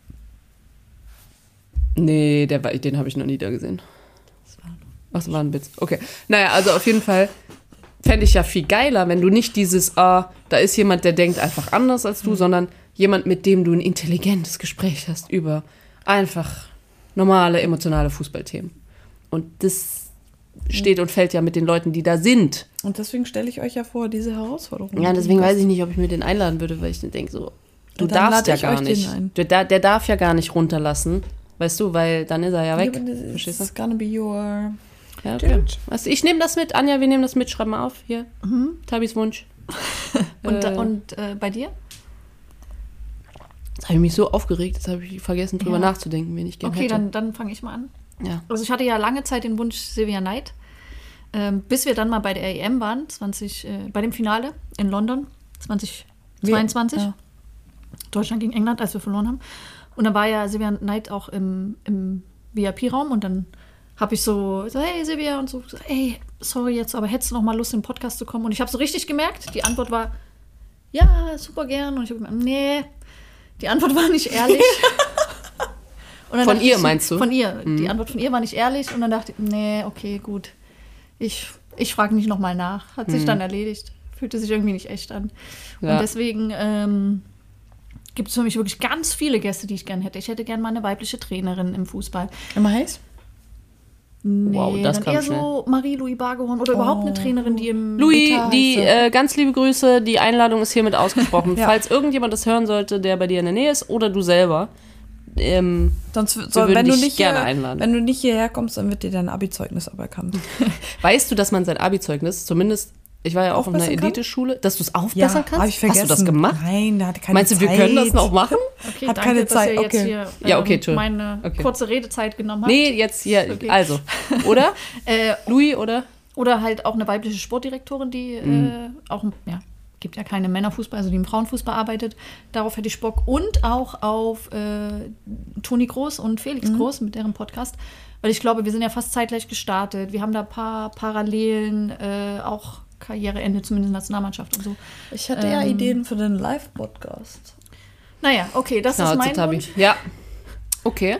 Nee, der war, den habe ich noch nie da gesehen. Ach, das war ein Witz. Okay, naja, also auf jeden Fall fände ich ja viel geiler, wenn du nicht dieses, ah, da ist jemand, der denkt einfach anders als du, Mhm. sondern jemand, mit dem du ein intelligentes Gespräch hast über einfach normale, emotionale Fußballthemen. Und das steht und fällt ja mit den Leuten, die da sind. Und deswegen stelle ich euch ja vor, diese Herausforderung. Ja, deswegen weiß ich nicht, ob ich mir den einladen würde, weil ich denke so, du Ja, dann darfst lade ja ich gar euch den nicht. ein. Der, da- der darf ja gar nicht runterlassen, weißt du, weil dann ist er ja weg. Verstehst du? It's gonna be your... Ja, okay. Dude. Also ich nehme das mit, Anja, wir nehmen das mit, schreib mal auf, hier, Tabis Wunsch. Und, Äh. und äh, bei dir? Jetzt habe ich mich so aufgeregt, jetzt habe ich vergessen, drüber Ja. nachzudenken, wen ich gerne Okay, hätte. dann, dann fange ich mal an. Ja. Also ich hatte ja lange Zeit den Wunsch Silvia Knight, ähm, bis wir dann mal bei der E M waren, zwanzig, äh, bei dem Finale in London, zwanzig zweiundzwanzig. Ja. Deutschland gegen England, als wir verloren haben. Und dann war ja Silvia Knight auch im, im V I P-Raum und dann habe ich so, so, hey Silvia, und so, so, ey, sorry jetzt, aber hättest du noch mal Lust, in den Podcast zu kommen? Und ich habe so richtig gemerkt, die Antwort war, ja, super gern. Und ich habe gemerkt, nee, die Antwort war nicht ehrlich. Und dann Von dachte ihr, ich, meinst du? Von ihr. Die Antwort von ihr war nicht ehrlich. Und dann dachte ich, nee, okay, gut. Ich, ich frage nicht nochmal nach. Hat sich dann erledigt. Fühlte sich irgendwie nicht echt an. Ja. Und deswegen ähm, gibt es für mich wirklich ganz viele Gäste, die ich gerne hätte. Ich hätte gerne mal eine weibliche Trainerin im Fußball. Immer heiß? Nee, Wow, das dann kam eher so Marie-Louis Bargehorn oder überhaupt eine Trainerin, die im Louis, Bitte die heiße. äh, ganz liebe Grüße, die Einladung ist hiermit ausgesprochen. Ja. Falls irgendjemand das hören sollte, der bei dir in der Nähe ist oder du selber, ähm, Sonst, Wir so, würden wenn, du dich nicht gerne hier, einladen. wenn du nicht hierher kommst, dann wird dir dein Abi-Zeugnis aberkannt. weißt du, dass man sein Abi-Zeugnis zumindest, ich war ja auch auf einer Aufbessern kann? Elite-Schule, dass du es aufbessern kannst? habe ich vergessen. Hast du das gemacht? Nein, der hatte keine Meinst du, Zeit. wir können das noch machen? Okay, Hat danke, keine dass Zeit, ihr jetzt okay. hier Ja, okay, ähm, tschö. meine Okay. kurze Redezeit genommen habt. Nee, jetzt hier, Okay. also, oder? Äh, Louis, oder? oder halt auch eine weibliche Sportdirektorin, die Mhm. äh, auch, ja, gibt ja keine Männerfußball, also die im Frauenfußball arbeitet. Darauf hätte ich Bock. Und auch auf äh, Toni Groß und Felix Mhm. Groß mit deren Podcast. Weil ich glaube, wir sind ja fast zeitgleich gestartet. Wir haben da ein paar Parallelen, äh, auch Karriereende, zumindest Nationalmannschaft und so. Ich hätte ja Ähm. Ideen für den Live-Podcast. Naja, okay, das Ja, ist mein Tabi. Wunsch. Ja, okay.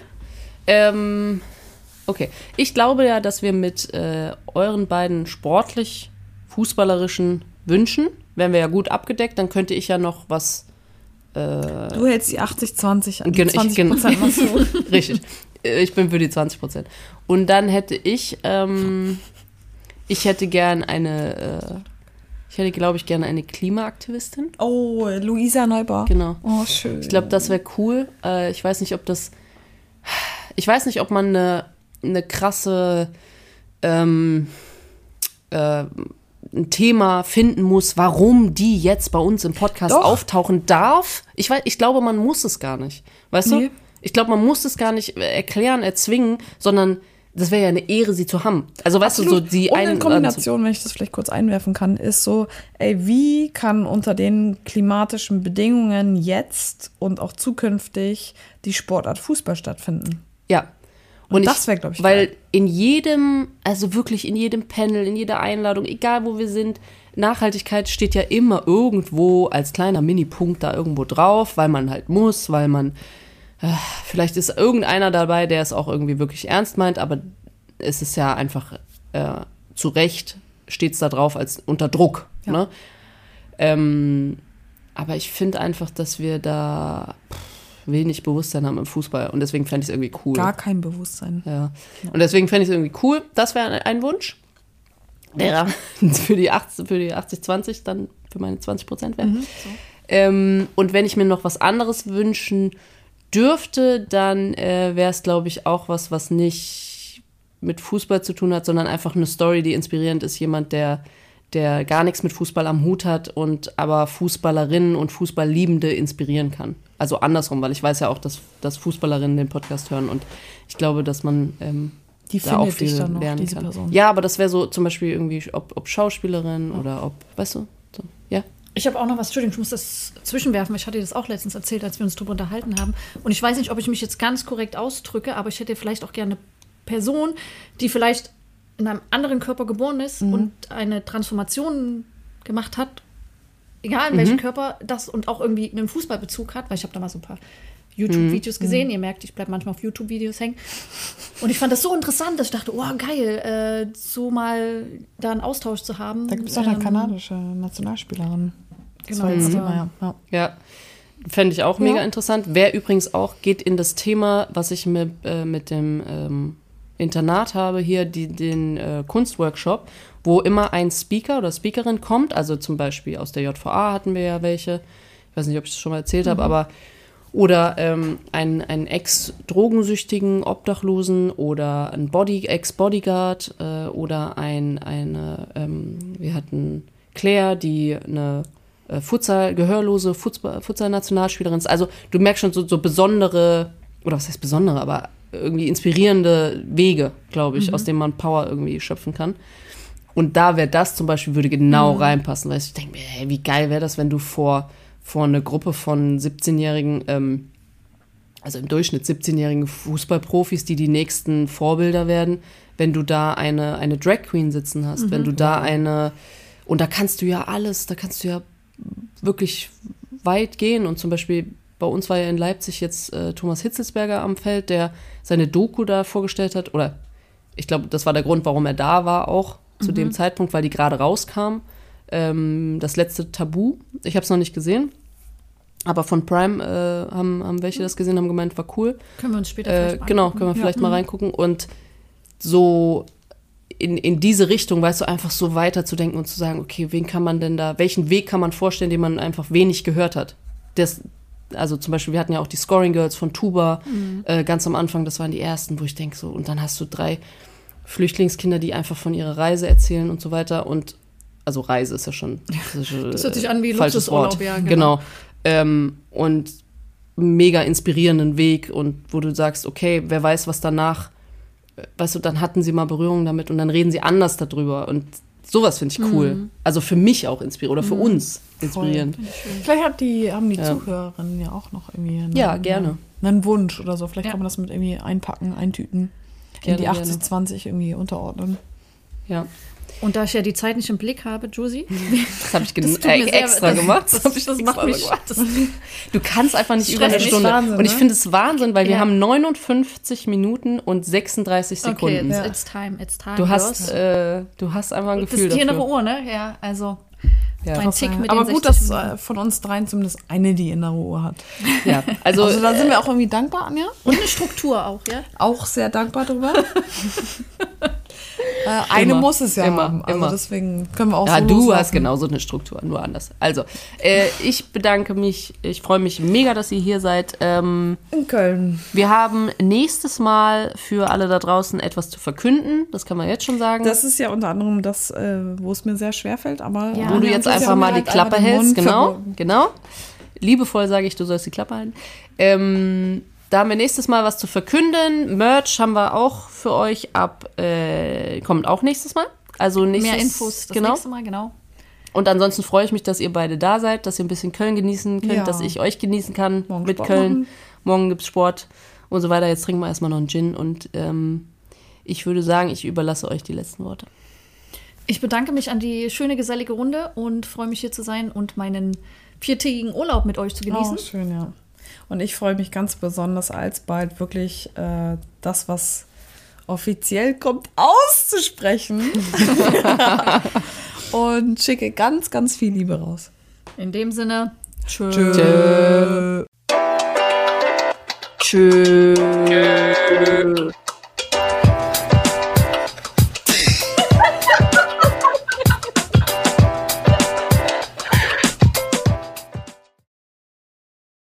Ähm, okay. Ich glaube ja, dass wir mit äh, euren beiden sportlich fußballerischen Wünschen, wären wir ja gut abgedeckt, dann könnte ich ja noch was. Äh, Du hältst die achtzig zwanzig an, die Gen- ich- zwanzig gen- Prozent machst du. Richtig. Ich bin für die zwanzig Prozent. Und dann hätte ich, ähm, ich hätte gern eine, äh, ich hätte, glaube ich, gerne eine Klimaaktivistin. Oh, Luisa Neubauer. Genau. Oh, schön. Ich glaube, das wäre cool. Äh, ich weiß nicht, ob das, ich weiß nicht, ob man eine, eine krasse, ähm, äh, ein Thema finden muss, warum die jetzt bei uns im Podcast Doch. auftauchen darf. Ich weiß, ich glaube, man muss es gar nicht. Weißt Nee. du? Ich glaube, man muss es gar nicht erklären, erzwingen, sondern das wäre ja eine Ehre, sie zu haben. Also weißt du, so die Und in einen- Kombination, wenn ich das vielleicht kurz einwerfen kann, ist so, ey, wie kann unter den klimatischen Bedingungen jetzt und auch zukünftig die Sportart Fußball stattfinden? Ja. Und das wäre, glaube ich, weil geil. in jedem, also wirklich in jedem Panel, in jeder Einladung, egal wo wir sind, Nachhaltigkeit steht ja immer irgendwo als kleiner Mini-Punkt da irgendwo drauf, weil man halt muss, weil man, äh, vielleicht ist irgendeiner dabei, der es auch irgendwie wirklich ernst meint, aber es ist ja einfach äh, zu Recht steht es da drauf als unter Druck. Ja. Ne? Ähm, aber ich finde einfach, dass wir da pff, wenig Bewusstsein haben im Fußball und deswegen fände ich es irgendwie cool. Gar kein Bewusstsein. Ja. Und deswegen fände ich es irgendwie cool. Das wäre ein Wunsch. Der für die achtzig, für die achtzig zwanzig dann für meine zwanzig Prozent wäre. Mhm, so. Ähm, und wenn ich mir noch was anderes wünschen dürfte, dann äh, wäre es, glaube ich, auch was, was nicht mit Fußball zu tun hat, sondern einfach eine Story, die inspirierend ist. Jemand, der, der gar nichts mit Fußball am Hut hat und aber Fußballerinnen und Fußballliebende inspirieren kann. Also andersrum, weil ich weiß ja auch, dass, dass Fußballerinnen den Podcast hören und ich glaube, dass man ähm, Die da auch findet dich viel dann noch, lernen diese kann. Person. Ja, aber das wäre so zum Beispiel irgendwie, ob, ob Schauspielerin oder ob, weißt du, so, ja. Ich habe auch noch was, Entschuldigung, ich muss das zwischenwerfen. Ich hatte dir das auch letztens erzählt, als wir uns darüber unterhalten haben. Und ich weiß nicht, ob ich mich jetzt ganz korrekt ausdrücke, aber ich hätte vielleicht auch gerne eine Person, die vielleicht in einem anderen Körper geboren ist Mhm. und eine Transformation gemacht hat, egal in welchem Körper das und auch irgendwie einen Fußballbezug hat, weil ich habe da mal so ein paar YouTube-Videos gesehen. Ihr merkt, ich bleibe manchmal auf YouTube-Videos hängen. Und ich fand das so interessant, dass ich dachte, oh geil, äh, so mal da einen Austausch zu haben. Da gibt es doch eine Ähm, kanadische Nationalspielerin. Das Genau. war jetzt Mhm. Thema, ja. ja. Ja, fände ich auch Ja. mega interessant. Wer übrigens auch geht in das Thema, was ich mit, äh, mit dem ähm, Internat habe, hier die, den äh, Kunstworkshop, wo immer ein Speaker oder Speakerin kommt, also zum Beispiel aus der J V A hatten wir ja welche, ich weiß nicht, ob ich das schon mal erzählt habe, aber oder ähm, einen, einen Ex-Drogensüchtigen Obdachlosen oder ein Body, Ex-Bodyguard äh, oder ein, eine, ähm, wir hatten Claire, die eine äh, Futsal, gehörlose Futsal- Futsal-Nationalspielerin ist. Also du merkst schon so, so besondere, oder was heißt besondere, aber irgendwie inspirierende Wege, glaube ich, aus denen man Power irgendwie schöpfen kann. Und da wäre das zum Beispiel, würde genau reinpassen, weil ich denke mir, hey, wie geil wäre das, wenn du vor, vor eine Gruppe von siebzehnjährigen, ähm, also im Durchschnitt siebzehnjährigen Fußballprofis, die die nächsten Vorbilder werden, wenn du da eine, eine Drag Queen sitzen hast, wenn du da eine, und da kannst du ja alles, da kannst du ja wirklich weit gehen und zum Beispiel bei uns war ja in Leipzig jetzt äh, Thomas Hitzelsberger am Feld, der seine Doku da vorgestellt hat, oder ich glaube, das war der Grund, warum er da war auch zu dem Zeitpunkt, weil die gerade rauskam. Ähm, das letzte Tabu. Ich habe es noch nicht gesehen, aber von Prime äh, haben, haben welche das gesehen, haben gemeint, war cool. Können wir uns später Äh, vielleicht mal genau, angucken. können wir vielleicht Ja. mal reingucken. Und so in, in diese Richtung, weißt du, einfach so weiterzudenken und zu sagen, okay, wen kann man denn da, welchen Weg kann man vorstellen, den man einfach wenig gehört hat. Das, also zum Beispiel, wir hatten ja auch die Scoring Girls von Tuba äh, ganz am Anfang, das waren die ersten, wo ich denke so, und dann hast du drei Flüchtlingskinder, die einfach von ihrer Reise erzählen und so weiter. Und also Reise ist ja schon. Das, ist, äh, Das hört sich an wie falsches Luxusurlaub, Wort. ja, genau. Genau. Ähm, und mega inspirierenden Weg und wo du sagst, okay, wer weiß, was danach, äh, weißt du, dann hatten sie mal Berührung damit und dann reden sie anders darüber. Und sowas finde ich cool. Mhm. Also für mich auch inspirierend oder für uns inspirierend. Vielleicht hat die, haben die Ja. Zuhörerinnen ja auch noch irgendwie einen, Ja, gerne. einen Wunsch oder so. Vielleicht Ja. kann man das mit irgendwie einpacken, eintüten, Gerne, in die gerne. achtzig zwanzig irgendwie unterordnen. Ja. Und da ich ja die Zeit nicht im Blick habe, Josie, Das habe ich gen- Das tut mir äh, sehr- extra das- gemacht. das- hab ich das extra macht mich- gemacht. das- Du kannst einfach nicht Das über eine stresst mich. Stunde. Wahnsinn, und ich ne? finde es Wahnsinn, weil wir Ja. haben neunundfünfzig Minuten und sechsunddreißig okay, Sekunden. it's, Ja. it's time, it's time. Du hast, girls. äh, du hast einfach ein das Gefühl ist die innere dafür. Uhr, ne? Ja, also Ja. mein Tick mit Aber den gut, sechzig dass Minuten. äh, von uns dreien zumindest eine die innere Uhr hat. Ja, also, Also da sind wir auch irgendwie dankbar, Anja. Und eine Struktur auch, ja? Auch sehr dankbar drüber. äh, eine Immer, muss es ja immer, haben. Also immer. deswegen können wir auch ja, so du loslaufen. hast genauso eine Struktur, nur anders. Also, äh, ich bedanke mich, ich freue mich mega, dass ihr hier seid. Ähm, In Köln. wir haben nächstes Mal für alle da draußen etwas zu verkünden, das kann man jetzt schon sagen. Das ist ja unter anderem das, äh, wo es mir sehr schwer fällt, aber Ja. wo du jetzt einfach mal die Klappe hältst, genau, genau. Liebevoll sage ich, du sollst die Klappe halten. Ähm, da haben wir nächstes Mal was zu verkünden. Merch haben wir auch für euch ab, äh, kommt auch nächstes Mal. Also nächstes, Mehr Infos das genau. nächste Mal, genau. Und ansonsten freue ich mich, dass ihr beide da seid, dass ihr ein bisschen Köln genießen könnt, Ja. dass ich euch genießen kann Morgen mit Sport Köln. machen. Morgen gibt's Sport und so weiter. Jetzt trinken wir erstmal noch einen Gin und ähm, ich würde sagen, ich überlasse euch die letzten Worte. Ich bedanke mich an die schöne, gesellige Runde und freue mich hier zu sein und meinen viertägigen Urlaub mit euch zu genießen. Oh, schön, ja. Und ich freue mich ganz besonders, alsbald wirklich äh, das, was offiziell kommt, auszusprechen. Und schicke ganz, ganz viel Liebe raus. In dem Sinne, tschüss. Tschö. Tschüss.